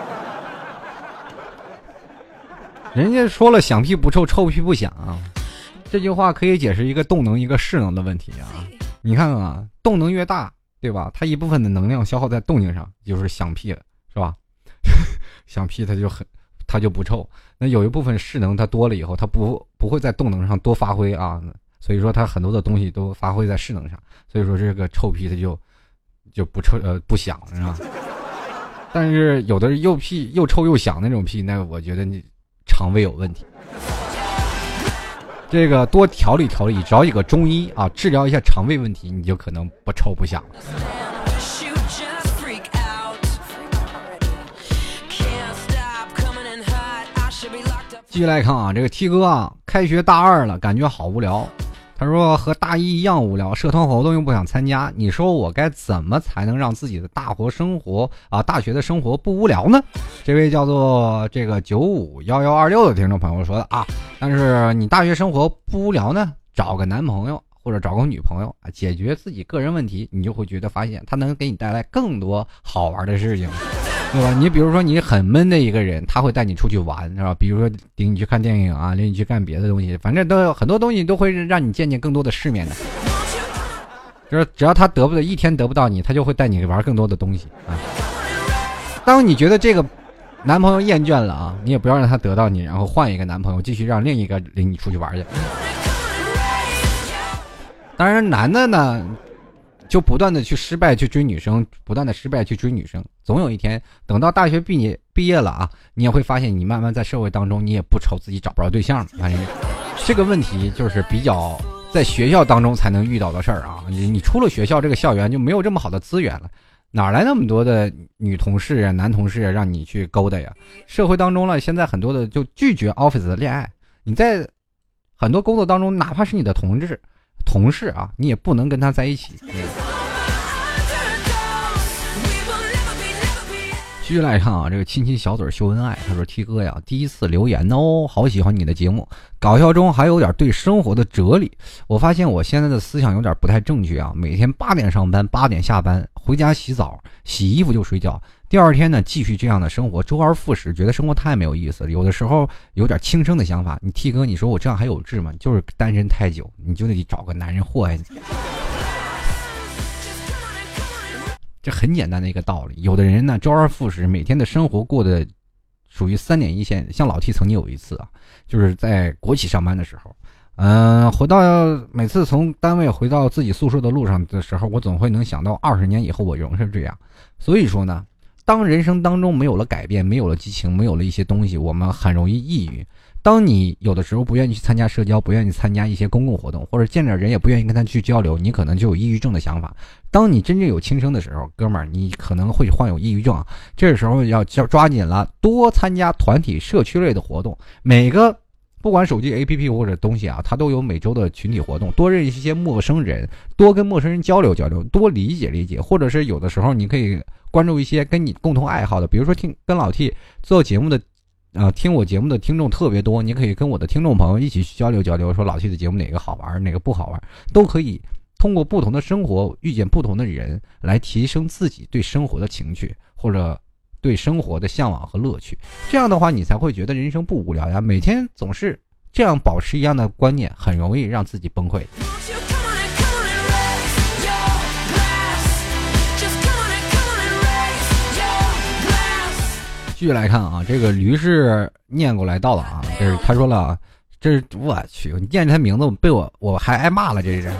A: 人家说了响屁不臭，臭屁不响这句话可以解释一个动能一个势能的问题你看动能越大，对吧？它一部分的能量消耗在动静上，就是响屁了，是吧？响屁它就不臭。那有一部分势能它多了以后，它不会在动能上多发挥所以说它很多的东西都发挥在势能上，所以说这个臭屁它就不臭不响，是吧？但是有的又屁又臭又响那种屁，那我觉得你肠胃有问题。这个多调理调理，找几个中医治疗一下肠胃问题，你就可能不臭不响了。 继续来看啊，这个 T 哥啊，开学大2了，感觉好无聊。他说和大1一样无聊，社团活动又不想参加，你说我该怎么才能让自己的大学的生活不无聊呢？这位叫做这个951126的听众朋友说的啊，但是你大学生活不无聊呢，找个男朋友或者找个女朋友啊，解决自己个人问题，你就会觉得发现他能给你带来更多好玩的事情，对吧？你比如说你很闷的一个人，他会带你出去玩，是吧？比如说领你去看电影啊，领你去干别的东西，反正都有很多东西都会让你见见更多的世面的。就是只要他一天得不到你，他就会带你玩更多的东西啊。当你觉得这个男朋友厌倦了啊，你也不要让他得到你，然后换一个男朋友，继续让另一个领你出去玩去。当然男的呢就不断的去失败去追女生，总有一天等到大学毕业了啊，你也会发现你慢慢在社会当中你也不愁自己找不着对象了。反正这个问题就是比较在学校当中才能遇到的事儿啊，你出了学校这个校园就没有这么好的资源了，哪来那么多的女同事啊男同事啊让你去勾搭呀？社会当中了，现在很多的就拒绝 office 的恋爱，你在很多工作当中哪怕是你的同事啊，你也不能跟他在一起。继续来看啊，这个亲亲小嘴秀恩爱，他说 T 哥呀，第一次留言哦，好喜欢你的节目，搞笑中还有点对生活的哲理。我发现我现在的思想有点不太正确啊，每天8点上班，8点下班，回家洗澡洗衣服就睡觉，第二天呢继续这样的生活，周而复始，觉得生活太没有意思了，有的时候有点轻生的想法。你 T 哥，你说我这样还有志吗？就是单身太久，你就得找个男人祸害你。这很简单的一个道理，有的人呢周而复始，每天的生活过得属于3点一线。像老 T 曾经有一次啊，就是在国企上班的时候，每次从单位回到自己宿舍的路上的时候，我总会能想到20年以后我仍是这样。所以说呢，当人生当中没有了改变，没有了激情，没有了一些东西，我们很容易抑郁。当你有的时候不愿意去参加社交，不愿意参加一些公共活动，或者见着人也不愿意跟他去交流，你可能就有抑郁症的想法。当你真正有轻生的时候，哥们儿，你可能会患有抑郁症啊。这个时候要抓紧了，多参加团体社区类的活动。每个不管手机 APP 或者东西啊，它都有每周的群体活动，多认识一些陌生人，多跟陌生人交流，多理解，或者是有的时候你可以关注一些跟你共同爱好的，比如说跟老 T 做节目的听我节目的听众特别多，你可以跟我的听众朋友一起去交流，说老 T 的节目哪个好玩哪个不好玩，都可以通过不同的生活遇见不同的人来提升自己对生活的情趣，或者对生活的向往和乐趣。这样的话你才会觉得人生不无聊呀，每天总是这样保持一样的观念，很容易让自己崩溃。继续来看啊，这个驴是念过来到了啊，这是他说了，这是我去，你念他名字被我还挨骂了，这是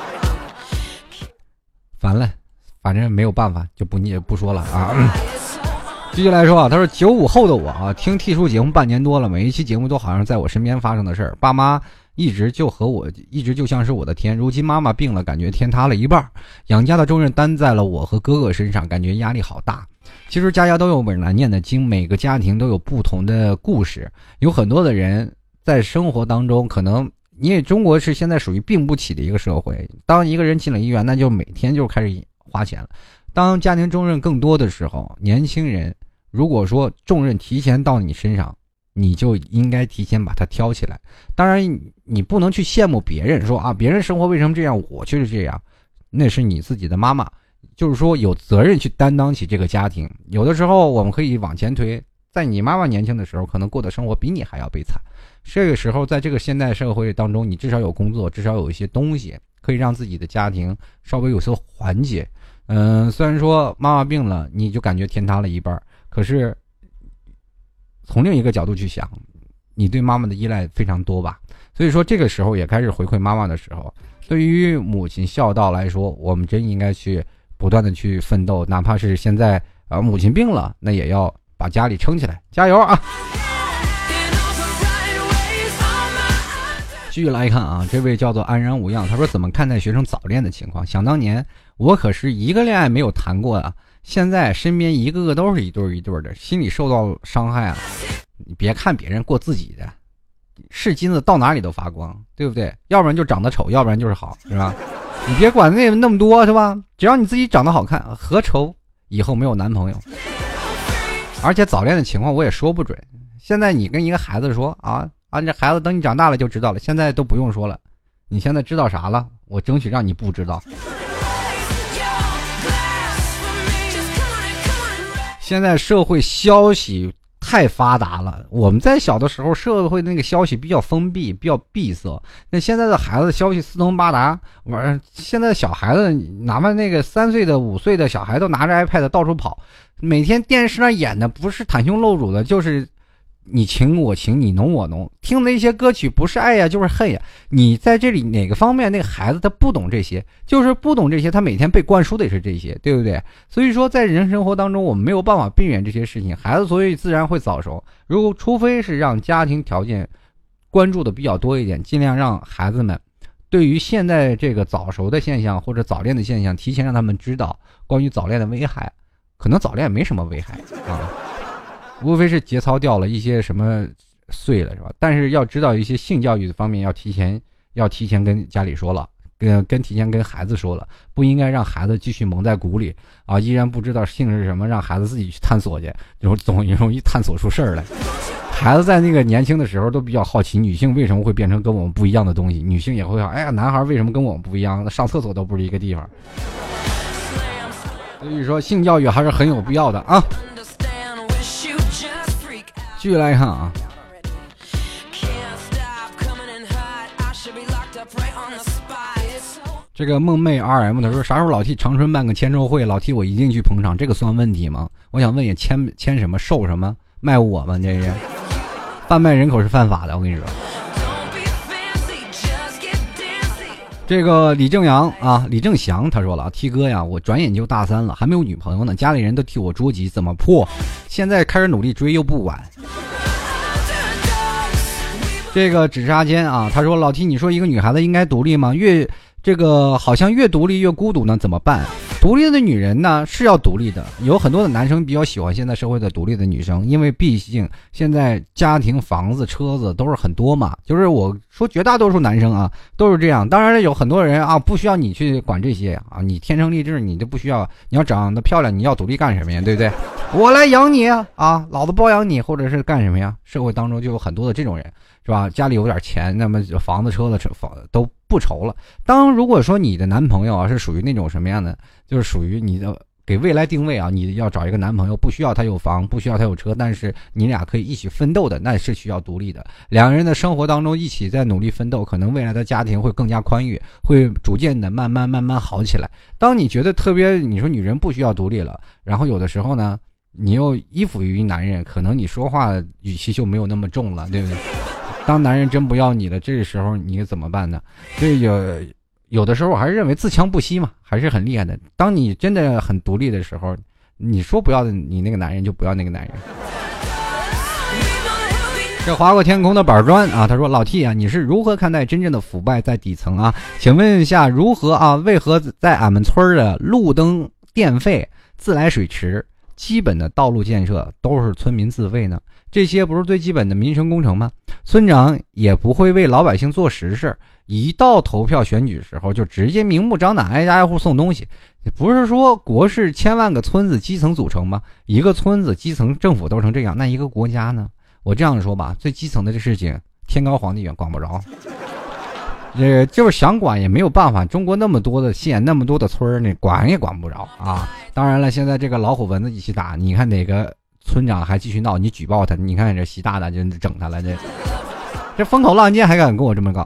A: 烦了，反正没有办法，就不说了啊。继续来说啊，他说95后的我啊，听 T 叔节目半年多了，每一期节目都好像在我身边发生的事儿。爸妈一直就像是我的天，如今妈妈病了，感觉天塌了一半，养家的重任担在了我和哥哥身上，感觉压力好大。其实家家都有本难念的经，每个家庭都有不同的故事，有很多的人在生活当中，可能因为中国是现在属于病不起的一个社会，当一个人进了医院，那就每天就开始花钱了。当家庭重任更多的时候，年轻人如果说重任提前到你身上，你就应该提前把它挑起来。当然你不能去羡慕别人，说啊别人生活为什么这样，我却是这样，那是你自己的妈妈，就是说有责任去担当起这个家庭。有的时候我们可以往前推，在你妈妈年轻的时候可能过的生活比你还要悲惨，这个时候在这个现代社会当中，你至少有工作，至少有一些东西可以让自己的家庭稍微有些缓解。虽然说妈妈病了你就感觉天塌了一半，可是从另一个角度去想，你对妈妈的依赖非常多吧，所以说这个时候也开始回馈妈妈的时候，对于母亲孝道来说，我们真应该去不断的去奋斗，哪怕是现在母亲病了，那也要把家里撑起来，加油啊！继续来看啊，这位叫做安然无恙，他说怎么看待学生早恋的情况？想当年我可是一个恋爱没有谈过啊，现在身边一个个都是一对一对的，心里受到伤害啊。你别看别人过自己的， 是金子到哪里都发光，对不对？要不然就长得丑，要不然就是好，是吧？你别管那么多，是吧？只要你自己长得好看，何愁以后没有男朋友？而且早恋的情况我也说不准。现在你跟一个孩子说这孩子等你长大了就知道了，现在都不用说了。你现在知道啥了？我争取让你不知道。现在社会消息太发达了，我们在小的时候社会那个消息比较封闭，比较闭塞。那现在的孩子消息四通八达，现在小孩子哪怕那个3岁的5岁的小孩都拿着 iPad 到处跑，每天电视上演的不是袒胸露乳的，就是你情我情，你浓我浓，听的一些歌曲不是爱呀就是恨呀。你在这里哪个方面那个孩子他不懂这些，就是不懂这些，他每天被灌输的也是这些，对不对？所以说在人生活当中我们没有办法避免这些事情，孩子所以自然会早熟。除非是让家庭条件关注的比较多一点，尽量让孩子们对于现在这个早熟的现象或者早恋的现象提前让他们知道关于早恋的危害。可能早恋没什么危害无非是节操掉了一些什么碎了，是吧？但是要知道一些性教育的方面要提前跟家里说了，提前跟孩子说了，不应该让孩子继续蒙在鼓里依然不知道性是什么，让孩子自己去探索去，总容易探索出事儿来。孩子在那个年轻的时候都比较好奇女性为什么会变成跟我们不一样的东西，女性也会想，哎呀，男孩为什么跟我们不一样，上厕所都不是一个地方。所以说性教育还是很有必要的啊。继续来看这个梦妹 RM 他说啥时候老 T 长春办个签售会，老 T 我一定去捧场，这个算问题吗？我想问也签什么售什么卖我吗？这是贩卖人口是犯法的，我跟你说。这个李正祥他说了 T 哥呀，我转眼就大3了，还没有女朋友呢，家里人都替我着急，怎么破？现在开始努力追又不晚。这个纸扎间他说老 T 你说一个女孩子应该独立吗？好像越独立越孤独呢，怎么办？独立的女人呢是要独立的，有很多的男生比较喜欢现在社会的独立的女生，因为毕竟现在家庭房子车子都是很多嘛，就是我说绝大多数男生都是这样。当然有很多人不需要你去管这些你天生丽质你就不需要，你要长得漂亮你要独立干什么呀，对不对？我来养你老子包养你，或者是干什么呀？社会当中就有很多的这种人，是吧？家里有点钱，那么房子车子都不愁了。如果说你的男朋友是属于那种什么样的，就是属于你的给未来定位你要找一个男朋友，不需要他有房，不需要他有车，但是你俩可以一起奋斗的，那是需要独立的。两个人的生活当中一起在努力奋斗，可能未来的家庭会更加宽裕，会逐渐的慢慢好起来。当你觉得特别你说女人不需要独立了，然后有的时候呢你又依附于男人，可能你说话语气就没有那么重了，对不对？当男人真不要你了，这个时候你怎么办呢？所以有的时候我还是认为自强不息嘛，还是很厉害的。当你真的很独立的时候，你说不要你那个男人就不要那个男人。这划过天空的板砖他说老 T 你是如何看待真正的腐败在底层请问一下如何为何在俺们村的路灯电费自来水池基本的道路建设都是村民自费呢？这些不是最基本的民生工程吗？村长也不会为老百姓做实事，一到投票选举时候就直接明目张胆挨家挨户送东西。不是说国是千万个村子基层组成吗？一个村子基层政府都成这样，那一个国家呢？我这样说吧，最基层的这事情天高皇帝远，管不着。就是想管也没有办法，中国那么多的县，那么多的村，你管也管不着当然了，现在这个老虎蚊子一起打，你看哪个村长还继续闹，你举报他，你看这习大大就整他了，这风口浪尖还敢跟我这么搞。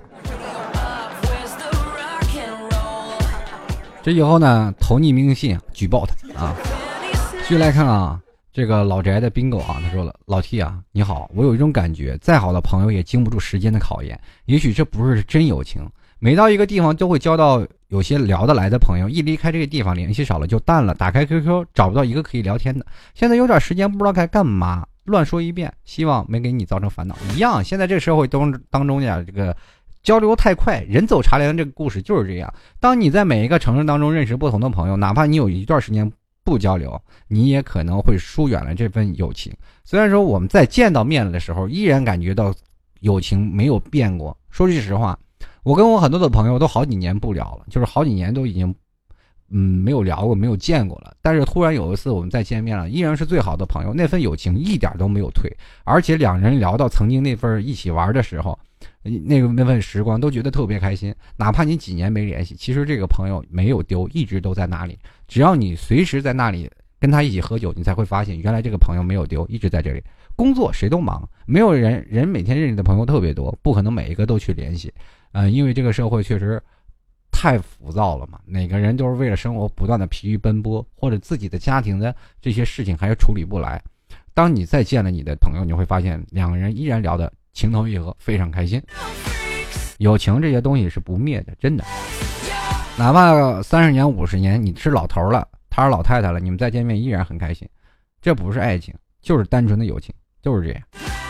A: 这以后呢投匿名信举报他继续来看这个老宅的 bingo 他说了老 T 你好，我有一种感觉，再好的朋友也经不住时间的考验，也许这不是真友情，每到一个地方都会交到有些聊得来的朋友，一离开这个地方联系少了就淡了，打开 QQ 找不到一个可以聊天的，现在有点时间不知道该干嘛，乱说一遍，希望没给你造成烦恼。一样，现在这个社会当中这个交流太快，人走茶凉，这个故事就是这样。当你在每一个城市当中认识不同的朋友，哪怕你有一段时间不交流，你也可能会疏远了这份友情。虽然说我们在见到面了的时候依然感觉到友情没有变过。说句实话，我跟我很多的朋友都好几年不聊了，就是好几年都已经没有聊过，没有见过了。但是突然有一次我们再见面了，依然是最好的朋友，那份友情一点都没有退，而且两人聊到曾经那份一起玩的时候，那份时光都觉得特别开心。哪怕你几年没联系，其实这个朋友没有丢，一直都在那里。只要你随时在那里跟他一起喝酒，你才会发现原来这个朋友没有丢，一直在这里。工作谁都忙，没有人每天认识的朋友特别多，不可能每一个都去联系。因为这个社会确实太浮躁了嘛，每个人都是为了生活不断的疲于奔波，或者自己的家庭的这些事情还是处理不来。当你再见了你的朋友，你会发现两个人依然聊得情投意合，非常开心。友情这些东西是不灭的，真的。哪怕30年50年你是老头了，他是老太太了，你们再见面依然很开心。这不是爱情，就是单纯的友情，就是这样。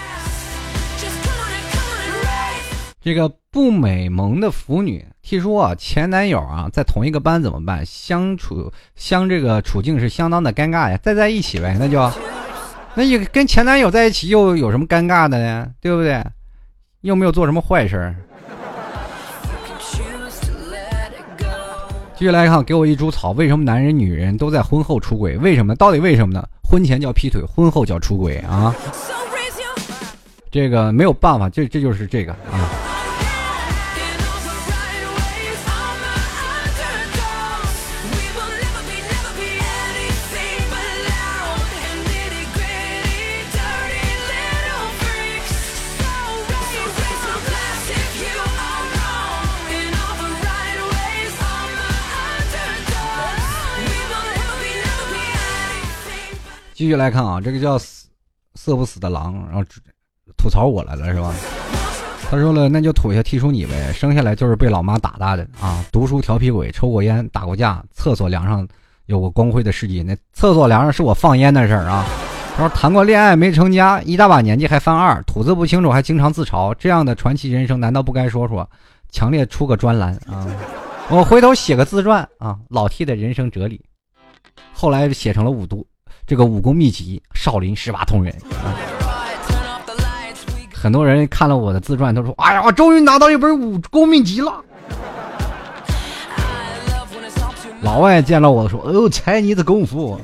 A: 这个不美萌的腐女听说啊，前男友啊在同一个班怎么办？这个处境是相当的尴尬呀，再在一起呗，那也跟前男友在一起又有什么尴尬的呢？对不对？又没有做什么坏事。继续来看，给我一株草。为什么男人女人都在婚后出轨？为什么？到底为什么呢？婚前叫劈腿，婚后叫出轨啊！这个没有办法，这就是这个啊。继续来看啊，这个叫色不死的狼，然后吐槽我来了是吧？他说了，那就吐下剔除你呗，生下来就是被老妈打大的啊，读书调皮鬼，抽过烟，打过架，厕所梁上有过光辉的事迹，那厕所梁上是我放烟的事儿啊。然后谈过恋爱没成家，一大把年纪还犯二，吐字不清楚还经常自嘲，这样的传奇人生难道不该说说？强烈出个专栏啊！我回头写个自传啊，老 T 的人生哲理，后来写成了武功秘籍少林18铜人。很多人看了我的自传都说，哎呀，我终于拿到一本武功秘籍了。老外见到我说，哦，猜你的功夫。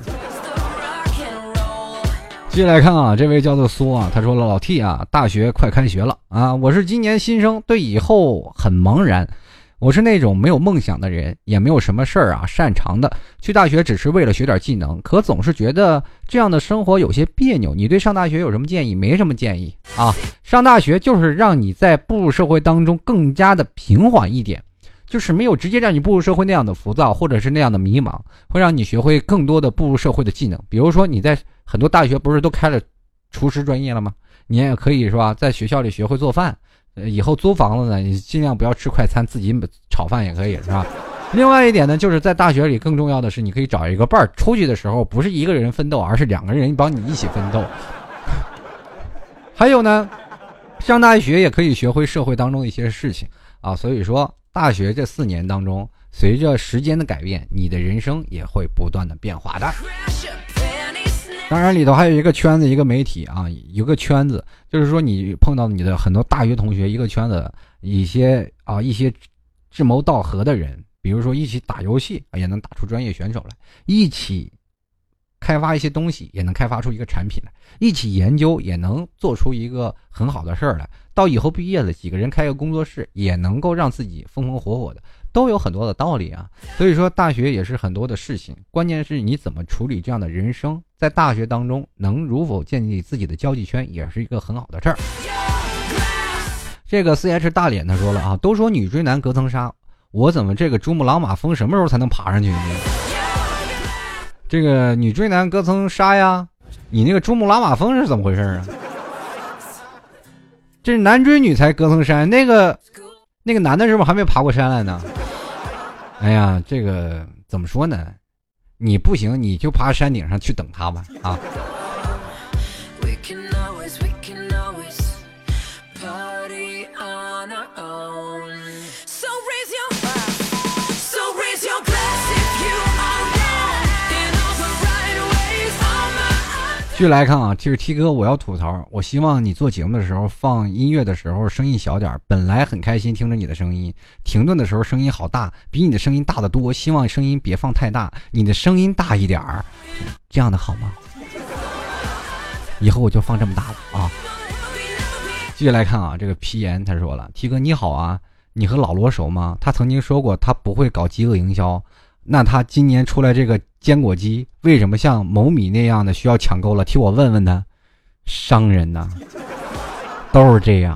A: 接下来看啊，这位叫做苏啊，他说了，老 T 啊，大学快开学了啊，我是今年新生，对以后很茫然。我是那种没有梦想的人，也没有什么事儿啊擅长的，去大学只是为了学点技能，可总是觉得这样的生活有些别扭。你对上大学有什么建议？没什么建议啊，上大学就是让你在步入社会当中更加的平缓一点，就是没有直接让你步入社会那样的浮躁，或者是那样的迷茫，会让你学会更多的步入社会的技能。比如说你在很多大学不是都开了厨师专业了吗？你也可以是吧，在学校里学会做饭。以后租房子呢，你尽量不要吃快餐，自己炒饭也可以是吧？另外一点呢，就是在大学里更重要的是，你可以找一个伴儿，出去的时候不是一个人奋斗，而是2个人帮你一起奋斗。还有呢，上大学也可以学会社会当中的一些事情啊。所以说，大学这4年当中，随着时间的改变，你的人生也会不断的变化的。当然里头还有一个圈子，一个媒体啊，一个圈子，就是说你碰到你的很多大学同学，一个圈子，一些志谋道合的人，比如说一起打游戏也能打出专业选手来，一起开发一些东西也能开发出一个产品来，一起研究也能做出一个很好的事儿来，到以后毕业了几个人开个工作室也能够让自己风风火火的，都有很多的道理啊。所以说大学也是很多的事情，关键是你怎么处理这样的人生，在大学当中能如否建立自己的交际圈也是一个很好的事儿。这个 CH 大脸他说了啊，都说女追男隔层纱，我怎么这个珠穆朗玛峰什么时候才能爬上去呢？这个女追男隔层纱呀，你那个珠穆朗玛峰是怎么回事啊？这是男追女才隔层山，那个男的是不是还没爬过山来呢？哎呀，这个怎么说呢？你不行，你就爬山顶上去等他吧啊！ 继续来看啊，就是 T 哥，我要吐槽，我希望你做节目的时候放音乐的时候声音小点，本来很开心听着你的声音，停顿的时候声音好大，比你的声音大得多，希望声音别放太大，你的声音大一点儿，这样的好吗？以后我就放这么大了啊。继续来看啊，这个皮炎他说了 ，T 哥你好啊，你和老罗熟吗？他曾经说过他不会搞饥饿营销，那他今年出来这个坚果机为什么像某米那样的需要抢购了？替我问问他，商人呐，都是这样。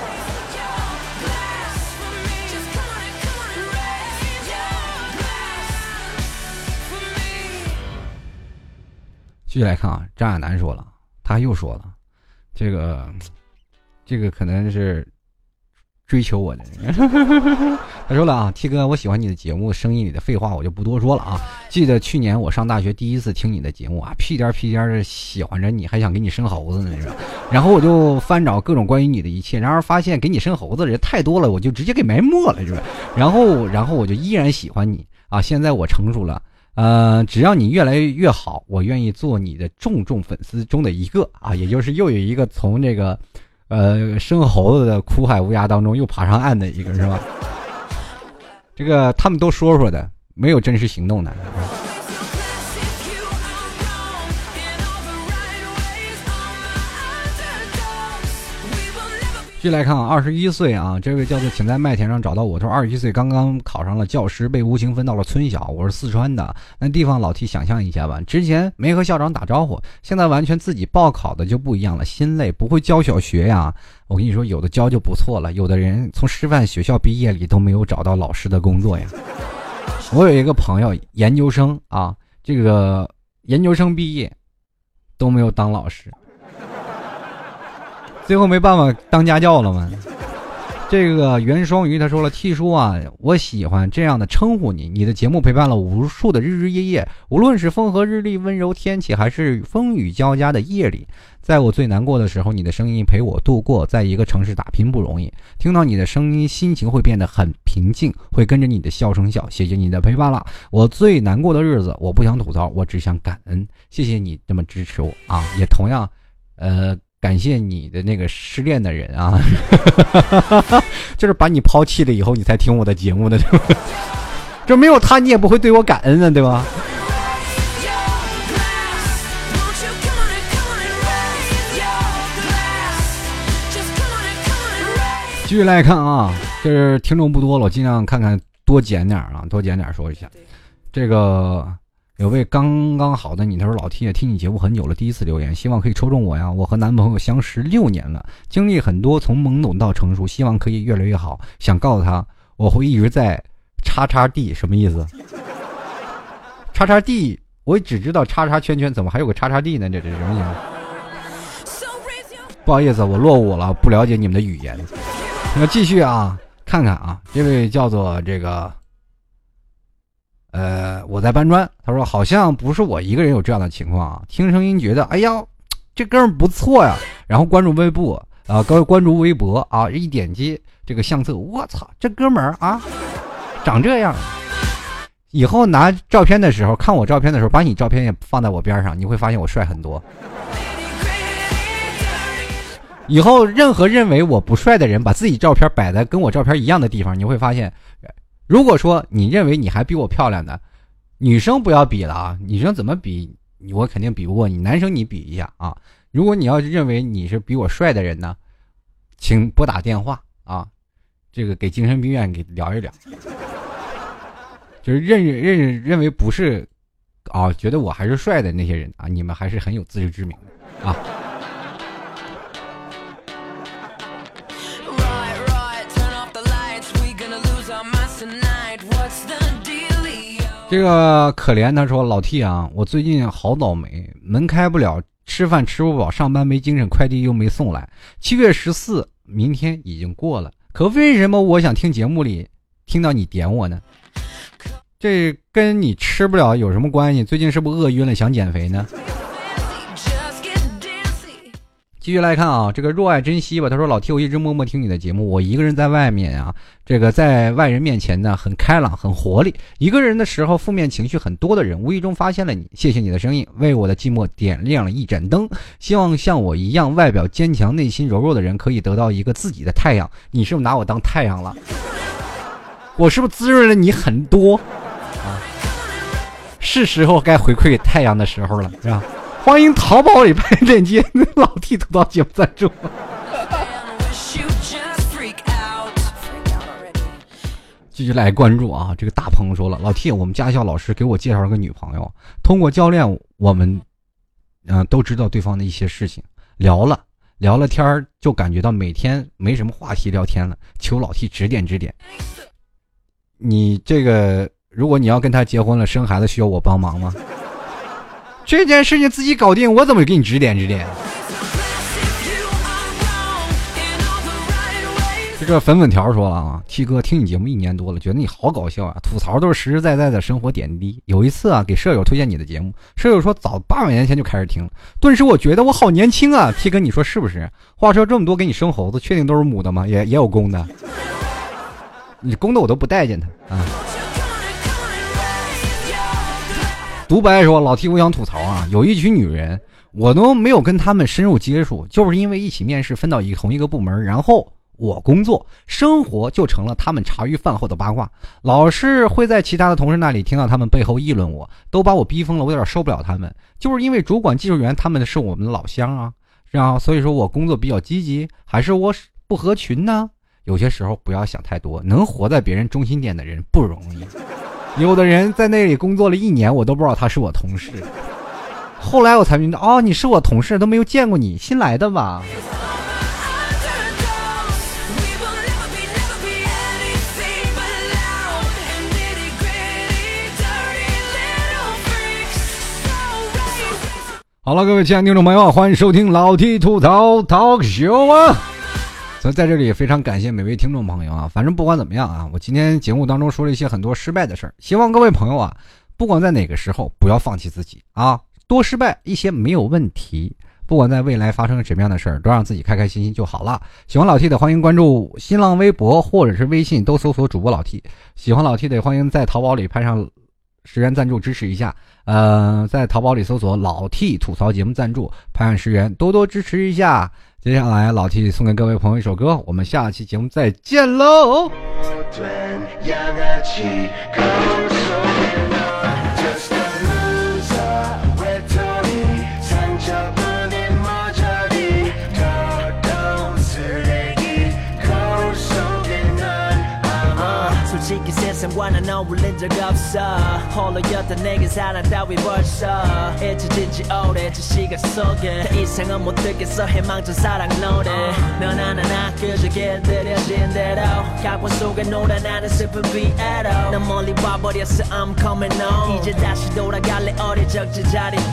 A: 继续来看啊，张亚楠说了，他又说了，这个可能是追求我的人。他说了啊 ，T 哥，我喜欢你的节目，声音里的废话我就不多说了啊。记得去年我上大学第一次听你的节目啊，屁颠屁颠的喜欢着你，还想给你生猴子呢，是吧？然后我就翻找各种关于你的一切，然而发现给你生猴子的人太多了，我就直接给埋没了，是吧？然后我就依然喜欢你啊。现在我成熟了。只要你越来越好，我愿意做你的众粉丝中的一个啊，也就是又有一个从这个生猴子的苦海无涯当中又爬上岸的一个，是吧？这个他们都说的，没有真实行动的。继续来看啊，21岁啊，这位叫做请在麦田上找到我，他说21岁刚刚考上了教师，被无情分到了村小，我是四川的，那地方老 T 想象一下吧，之前没和校长打招呼，现在完全自己报考的就不一样了，心累，不会教小学呀。我跟你说，有的教就不错了，有的人从师范学校毕业里都没有找到老师的工作呀。我有一个朋友研究生啊，这个研究生毕业都没有当老师，最后没办法当家教了吗？这个袁双鱼他说了 ，T 叔啊，我喜欢这样的称呼你，你的节目陪伴了无数的日日夜夜，无论是风和日丽温柔天气，还是风雨交加的夜里，在我最难过的时候，你的声音陪我度过，在一个城市打拼不容易，听到你的声音，心情会变得很平静，会跟着你的笑声笑，谢谢你的陪伴了。我最难过的日子，我不想吐槽，我只想感恩，谢谢你这么支持我啊，也同样，感谢你的那个失恋的人啊，就是把你抛弃了以后，你才听我的节目的，对吧？这没有他，你也不会对我感恩啊，对吧？继续来看啊，就是听众不多了，我尽量看看多捡点啊，多捡点说一下。这个有位刚刚好的你，他说老 T 也听你节目很久了，第一次留言，希望可以抽中我呀。我和男朋友相识6年了，经历很多，从懵懂到成熟，希望可以越来越好。想告诉他，我会一直在叉叉 D 什么意思？叉叉 D 我只知道叉叉圈圈，怎么还有个叉叉 D 呢？这是什么意思？不好意思，我落伍了，不了解你们的语言。那继续啊，看看啊，这位叫做这个。我在搬砖，他说好像不是我一个人有这样的情况啊，听声音觉得哎呀这哥们不错呀，然后关注微博啊，关注微博啊，一点击这个相册，我操，这哥们儿啊长这样。以后拿照片的时候，看我照片的时候，把你照片也放在我边上，你会发现我帅很多。以后任何认为我不帅的人把自己照片摆在跟我照片一样的地方，你会发现，如果说你认为你还比我漂亮的，女生不要比了啊，女生怎么比我肯定比不过你，男生你比一下啊。如果你要是认为你是比我帅的人呢，请拨打电话啊，这个给精神病院给聊一聊。就是认为不是啊，觉得我还是帅的那些人啊，你们还是很有自知之明的啊。这个可怜他说老 T 啊，我最近好倒霉，门开不了，吃饭吃不饱，上班没精神，快递又没送来。7月14明天已经过了，可为什么我想听节目里听到你点我呢？这跟你吃不了有什么关系？最近是不是饿晕了想减肥呢？ 继续来看啊，这个若爱珍惜吧，他说老 T 我一直默默听你的节目，我一个人在外面啊，这个在外人面前呢很开朗很活力，一个人的时候负面情绪很多的人无意中发现了你，谢谢你的声音为我的寂寞点亮了一盏灯，希望像我一样外表坚强内心柔弱的人可以得到一个自己的太阳。你是不是拿我当太阳了？我是不是滋润了你很多啊？是时候该回馈给太阳的时候了，是吧？欢迎淘宝里拍链接老 T 吐槽节目赞助。继续来关注啊！这个大鹏说了，老 T 我们驾校老师给我介绍了个女朋友，通过教练我们都知道对方的一些事情，聊了天就感觉到每天没什么话题聊天了，求老 T 指点指点。你这个如果你要跟他结婚了生孩子需要我帮忙吗？这件事情自己搞定，我怎么给你指点指点？这个粉粉条说了啊 ，T 哥听你节目1年多了，觉得你好搞笑啊，吐槽都是实实在在的生活点滴。有一次啊，给舍友推荐你的节目，舍友说早800年前就开始听了，顿时我觉得我好年轻啊 ，T 哥你说是不是？话说这么多给你生猴子，确定都是母的吗？也有公的，你公的我都不待见他啊。独白说老 T 我想吐槽啊，有一群女人我都没有跟他们深入接触，就是因为一起面试分到同一个部门，然后我工作生活就成了他们茶余饭后的八卦，老是会在其他的同事那里听到他们背后议论我，都把我逼疯了，我有点受不了他们，就是因为主管技术员他们是我们的老乡啊，然后所以说我工作比较积极，还是我不合群呢？有些时候不要想太多，能活在别人中心点的人不容易。有的人在那里工作了1年，我都不知道他是我同事，后来我才明白，哦，你是我同事，都没有见过你，新来的吧？好了，各位亲爱的听众朋友，欢迎收听老 T 吐槽 Talk Show 啊！所以在这里也非常感谢每位听众朋友啊，反正不管怎么样啊，我今天节目当中说了一些很多失败的事儿，希望各位朋友啊，不管在哪个时候不要放弃自己啊，多失败一些没有问题，不管在未来发生什么样的事儿，都让自己开开心心就好了。喜欢老 T 的欢迎关注新浪微博或者是微信，都搜索主播老 T。喜欢老 T 的欢迎在淘宝里拍上10元赞助支持一下，在淘宝里搜索老 T 吐槽节目赞助，拍上10元，多多支持一下。接下来老 T 送给各位朋友一首歌，我们下期节目再见喽。솔직히 세상과는 어울린 적 없어 홀로였던 내게 사랑 따위 벌써 잊혀진 지 오래 저 시간 속에 더 이상은 못 듣겠어 해망전 사랑 노래 넌 하나나 그저 길들여진 대로 각본 속에 놀아 나는 슬픈 비애로 난 멀리 와버렸어 I'm coming home 이제 다시 돌아갈래 어릴 적 제자리도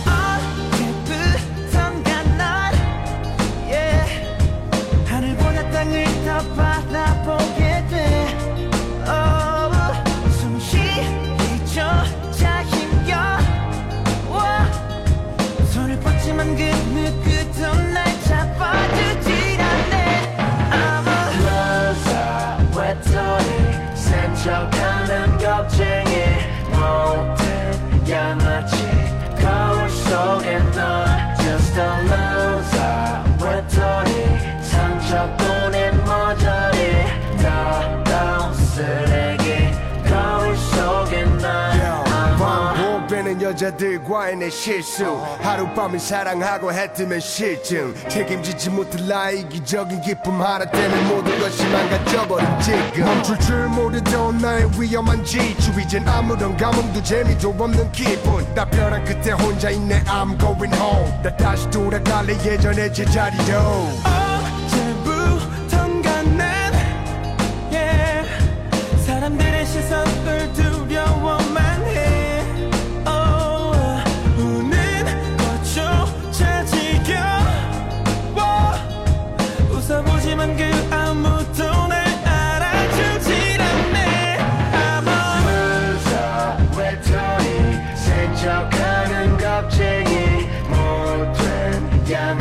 A: 어제부턴가 널 yeah. 하늘보다 땅을 더 바라보게 돼 그 누구도 날 잡아주질 않네 I'm a loser 외톨이 센 척하는 겁쟁이 모든 양아치 거울 속에 넌 just a loser 외톨이 상처뿐인 모자리 더러운 쓰레기 거울 속에 넌 여자들과의 내 실수 하룻밤을 사랑하고 해뜨면 실증 책임지지 못할 나의 이기적인 기쁨 하나 때문에 모든 것이 망가져버린 지금 멈출 줄 모르던 나의 위험한 지주 이젠 아무런 감흥도 재미도 없는 기분 나 벼랑 끝에 혼자 있네 I'm going home 나 다시 돌아갈래 예전의 제자리로 어제부턴가 난 yeah. 사람들의 시선을 두려워만 해 웃어보지만 그 아무도 날 알아주질 않네 I'm a loser 외톨이 센 척하는 겁쟁이 못된 양